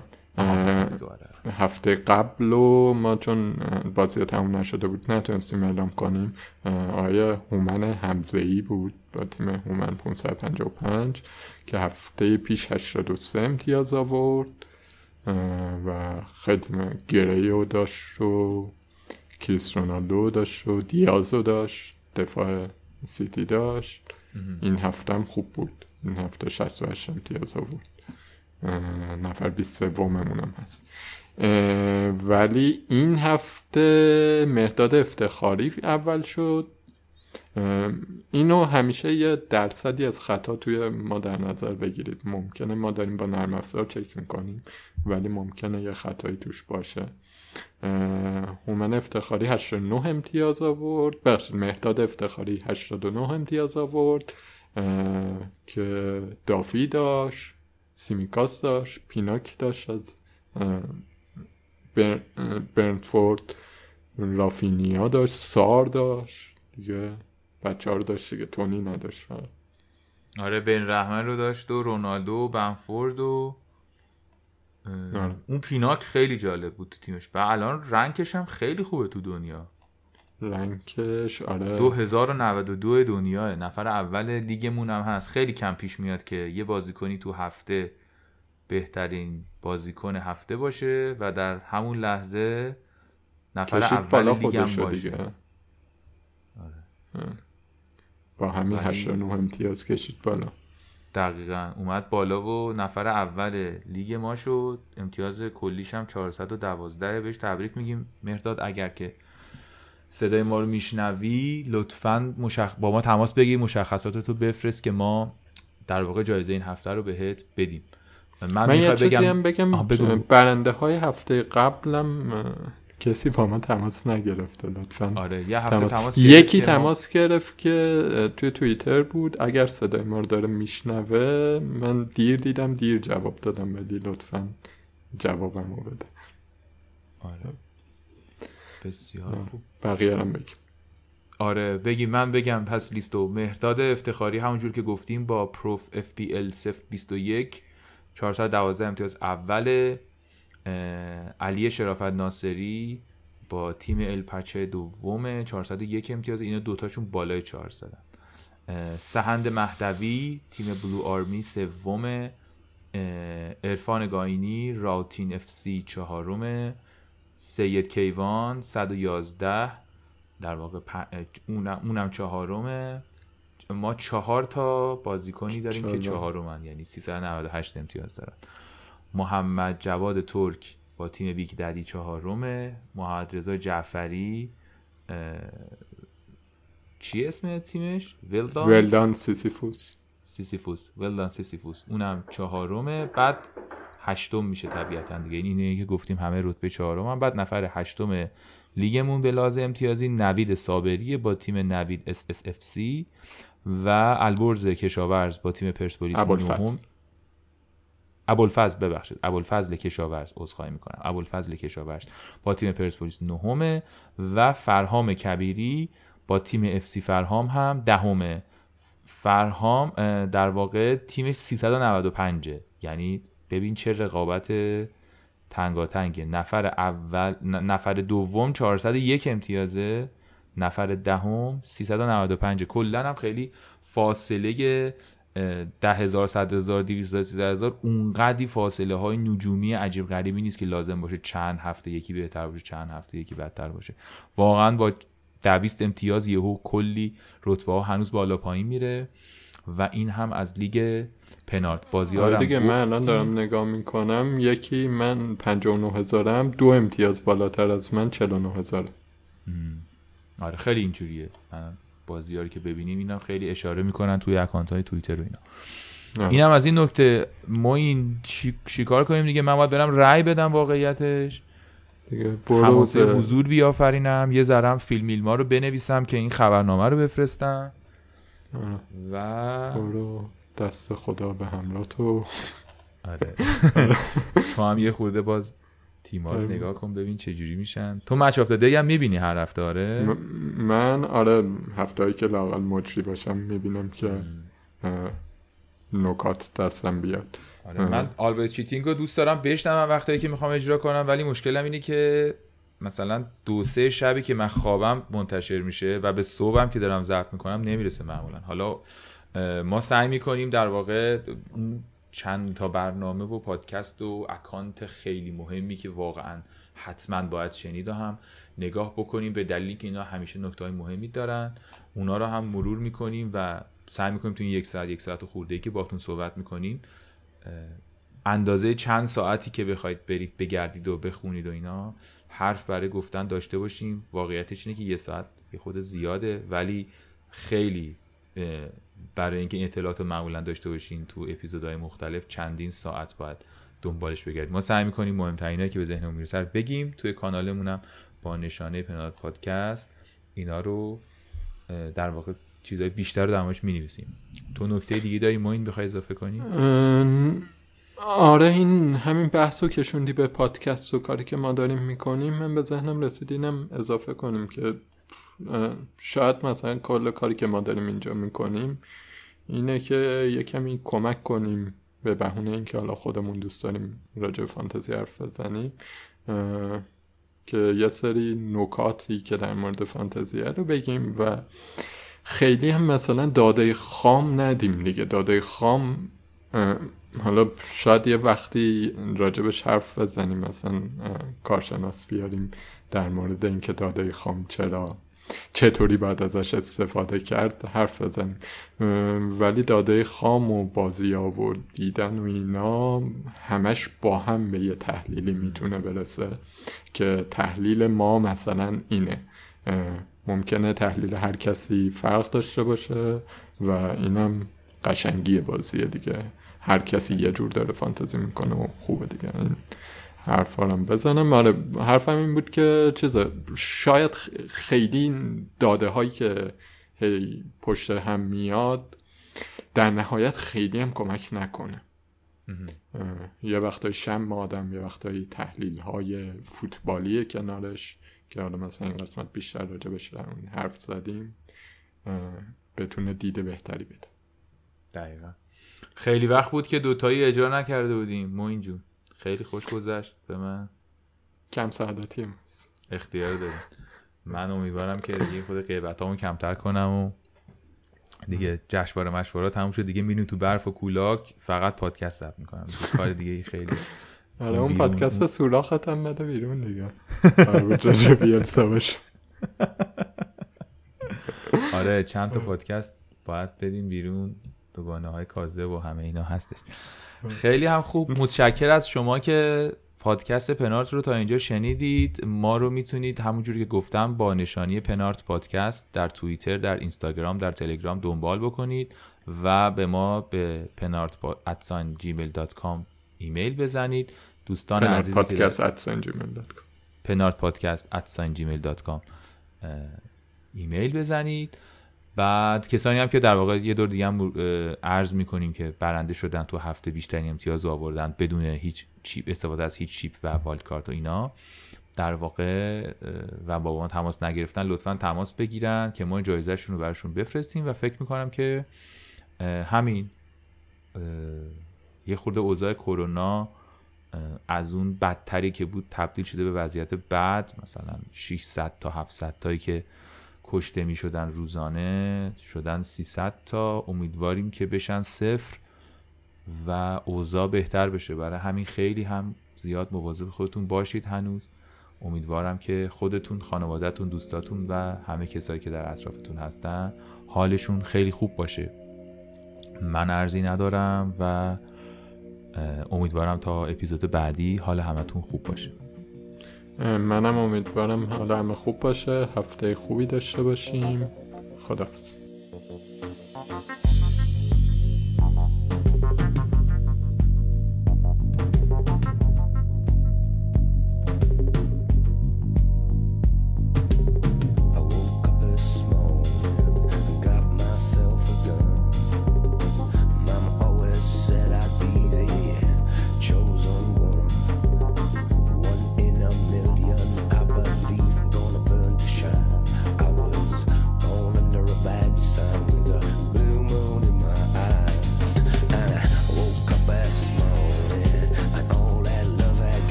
هفته قبلو ما چون بازی تموم نشده بود نتونستیم اعلام کنیم. آیا هومن حمزه‌ای بود با تیم هومن پانصد و پنجاه و پنج که هفته پیش هشتاد و سه امتیاز آورد و خیلی گریو داشت و کریس رونالدو داشت و دیازو داشت، دفاع سیتی داشت. این هفته هم خوب بود، این هفته شصت و هشت امتیاز آورد، نفر بیست و سه مونم هست. ولی این هفته مهرداد افتخاری اول شد. اینو همیشه یه درصدی از خطا توی ما در نظر بگیرید. ممکنه ما داریم با نرم افزار چک میکنیم ولی ممکنه یه خطایی توش باشه. هومن افتخاری هشتاد و نه امتیاز آورد، بخشید مهرداد افتخاری هشتاد و نه امتیاز آورد که دافی داشت، سیمیکاس داشت، پیناک داشت از برنتفورد، رافینیا داشت، سار داشت دیگه، بچه ها رو داشت دیگه، تونی نداشت فقط. آره بن رحمن رو داشت و رونالدو و بنفورد و آره. اون پیناک خیلی جالب بود تو تیمش و الان رنکش هم خیلی خوبه تو دنیا. رنکش آره دو هزار و نود و دو دنیاه، نفر اول لیگمون هم هست. خیلی کم پیش میاد که یه بازیکنی تو هفته بهترین بازیکن هفته باشه و در همون لحظه نفر اول لیگ هم باشه. دیگه. آره. با همین هشتاد و نه امتیاز کشید بالا. دقیقاً اومد بالا و نفر اول لیگ ما شد. امتیاز کلیش هم چهارصد و دوازده. بهش تبریک میگیم مهرداد. اگر که صدای ما رو میشنوی لطفاً مشخ... با ما تماس بگیر، مشخصاتتو بفرست که ما در واقع جایزه این هفته رو بهت بدیم. من, من یه چیزی هم بگم, بگم برنده های هفته قبلم کسی با ما تماس نگرفته لطفاً. آره یه هفته تماس, تماس یکی تماس ما... گرفت که توی توییتر بود. اگر صدای ما رو داره میشنوه، من دیر دیدم دیر جواب دادم، ولی لطفاً جوابمو بده. آره بسیار خوب. بقیه هم بگیم. آره بگیم. من بگم پس لیستو. مهرداد افتخاری همونجور که گفتیم با پروف اف پی ال صفر بیست و یک چهارصد و دوازده امتیاز اول. علی شرافت ناصری با تیم الپچه دوم چهارصد و یک امتیاز. اینا دوتاشون بالای چهارصد. سهند مهدوی تیم بلو آرمی سوم. عرفان گاینی راوتین اف سی چهارم. سید کیوان صد و یازده در واقع پ... اونم, اونم چهارمه. ما چهار تا بازیکنی داریم که چهارمن، یعنی سیصد و نود و هشت امتیاز دارن. محمد جواد ترک با تیم بیگ ددی چهارمه. محمد رضا جعفری چی اسم تیمش؟ ولدان ولدان سیسیفوس سیسیفوس ولدان سیسیفوس اونم چهارمه. بعد هشتم میشه طبیعتا دیگه، این اینه که گفتیم همه رتبه چهارم هم. بعد نفر هشتم لیگمون به لحاظ امتیازی نوید صابری با تیم نوید اس اس اف سی و البرز کشاورز با تیم پرسپولیس نهم. ابوالفضل ببخشید ابوالفضل کشاورز عذرخواهی میکنم ابوالفضل کشاورز با تیم پرسپولیس نهمه و فرهام کبیری با تیم اف سی فرهام هم دهمه. فرهام در واقع تیمش سیصد و نود و پنج، یعنی ببین چه رقابت تنگاتنگه. نفر اول نفر دوم چهارصد و یک امتیازه، نفر دهم سیصد و نود و پنج. کلا هم خیلی فاصله ده هزار صد هزار دویست هزار سیصد هزار اونقدی فاصله های نجومی عجیب غریبی نیست که لازم باشه چند هفته یکی بهتر باشه چند هفته یکی بدتر باشه. واقعا با ده بیست امتیاز یهو کلی رتبه ها هنوز بالا پایین میره و این هم از لیگ پنارت. بازی‌ها آره دیگه من الان دارم نگاه میکنم، یکی من پنجاه و نه هزارم دو امتیاز بالاتر از من چهل و نه هزار. آره خیلی اینجوریه. بازی‌ها رو که ببینیم اینا خیلی اشاره میکنن توی اکانت‌های توییتر و اینا. آره. اینم از این نکته. ما این چی... چیکار کنیم دیگه؟ من باید برم رای بدم واقعیتش دیگه، حماسه حضور بیافرینم، یه ذرم فیلم میلما رو بنویسم که این خبرنامه رو بفرستم. آره. و برو دست خدا به همراه تو. آره تو هم یه خورده باز تیم‌ها رو نگاه کن ببین چه جوری میشن. تو مچ آف دی هم میبینی هر هفته؟ آره م- من آره هفته‌ای که لااقل مجری باشم میبینم که نکات دستم بیاد. آره من آلبرت چیتینگ رو دوست دارم بشنوم وقتایی که میخوام اجرا کنم، ولی مشکلم اینه که مثلا دو سه شبی که من خوابم منتشر میشه و به صبحم که دارم ضبط میکنم نمیرسه معمولا. حالا ما سعی میکنیم در واقع چند تا برنامه و پادکست و اکانت خیلی مهمی که واقعا حتما باید شنید و هم نگاه بکنیم، به دلیلی که اینا همیشه نکته‌های مهمی دارن، اونا رو هم مرور میکنیم و سعی میکنیم تو این یک ساعت یک ساعت و خورده‌ای که باهاتون صحبت میکنیم اندازه چند ساعتی که بخواید برید بگردید و بخونید و اینا حرف برای گفتن داشته باشیم. واقعیتش اینه که یه ساعت یه خود زیاده، ولی خیلی برای اینکه این اطلاعات رو معمولا داشته باشین تو اپیزودهای مختلف چندین ساعت باید دنبالش بگردید. ما سعی می‌کنیم مهم‌ترینایی که به ذهنمون میرسه رو بگیم. توی کانالمونم با نشانه پنارت پادکست اینا رو در واقع چیزای بیشتر رو در موردش می‌نویسیم. تو نکته دیگه داری ما این بخوای اضافه کنی؟ آره این همین بحثو کشوندی به پادکست و کاری که ما داریم میکنیم. من به ذهنم رسید اینم اضافه کنیم که شاید مثلا کل کاری که ما داریم اینجا میکنیم اینه که یه کمی کمک کنیم به بهونه اینکه حالا خودمون دوست داریم راجع به فانتزی حرف بزنیم، که یه سری نکاتی که در مورد فانتزیه رو بگیم و خیلی هم مثلا داده خام ندیم دیگه. داده خام حالا شاید یه وقتی راجبش حرف بزنیم، مثلا کارشناس بیاریم در مورد اینکه داده خام چرا چطوری باید ازش استفاده کرد حرف بزنیم، ولی داده خام و بازی‌ها و دیدن و اینا همش با هم به یه تحلیلی میتونه برسه که تحلیل ما مثلا اینه. ممکنه تحلیل هر کسی فرق داشته باشه و اینم قشنگی بازیه دیگه. هر کسی یه جور داره فانتزی میکنه و خوبه دیگه. این حرفا رو بزنم. آره حرفم این بود که چیزه شاید خیلی داده هایی که هی پشت هم میاد در نهایت خیلی هم کمک نکنه. یه وقتای شم آدم، یه وقتای تحلیل های فوتبالی کنارش که حالا مثلا این قسمت بیشتر راجع بهش در اون حرف زدیم بتونه دید بهتری بده. دقیقا. خیلی وقت بود که دوتایی اجرا نکرده بودیم موین جون، خیلی خوش گذشت به من. کم سعادتی ماست، اختیار داریم. من امیدوارم که دیگه خود غیبتامو کمتر کنم و دیگه جشنواره مشوارا تموم شد دیگه، میریم تو برف و کولاک فقط پادکست ضبط میکنم دیگه. کار دیگه خیلی آره اون پادکست اون... سوراخت هم بده بیرون دیگه. آره راجع بیلسا باشه. آره چند تا پادکست باید بدین بیرون، دوگانه های کاذب و همه اینا هستش. خیلی هم خوب، متشکر از شما که پادکست پنارت رو تا اینجا شنیدید. ما رو میتونید همونجوری که گفتم با نشانی پنارت پادکست در توییتر، در اینستاگرام، در تلگرام دنبال بکنید و به ما به پنارت ات جیمیل دات کام ایمیل بزنید. دوستان عزیزی که پنارت پادکست ات جیمیل دات کام ایمیل بزنید. بعد کسانی هم که در واقع یه دور دیگه هم عرض میکنیم که برنده شدن تو هفته بیشترین امتیاز آوردن بدون هیچ چیپ، استفاده از هیچ چیپ و والد کارت و اینا در واقع و با ما تماس نگرفتن، لطفاً تماس بگیرن که ما جایزه‌شون رو براشون بفرستیم. و فکر میکنم که همین یه خورده اوضاع کرونا از اون بدتری که بود تبدیل شده به وضعیت بد، مثلا ششصد تا هفتصد تایی که کشته می شدن روزانه شدن سیصد تا. امیدواریم که بشن صفر و اوضاع بهتر بشه. برای همین خیلی هم زیاد مواظب خودتون باشید. هنوز امیدوارم که خودتون، خانوادهتون، دوستاتون و همه کسایی که در اطرافتون هستن حالشون خیلی خوب باشه. من عرضی ندارم و امیدوارم تا اپیزود بعدی حال همتون خوب باشه. منم امیدوارم حال همه خوب باشه، هفته خوبی داشته باشیم. خداحافظ.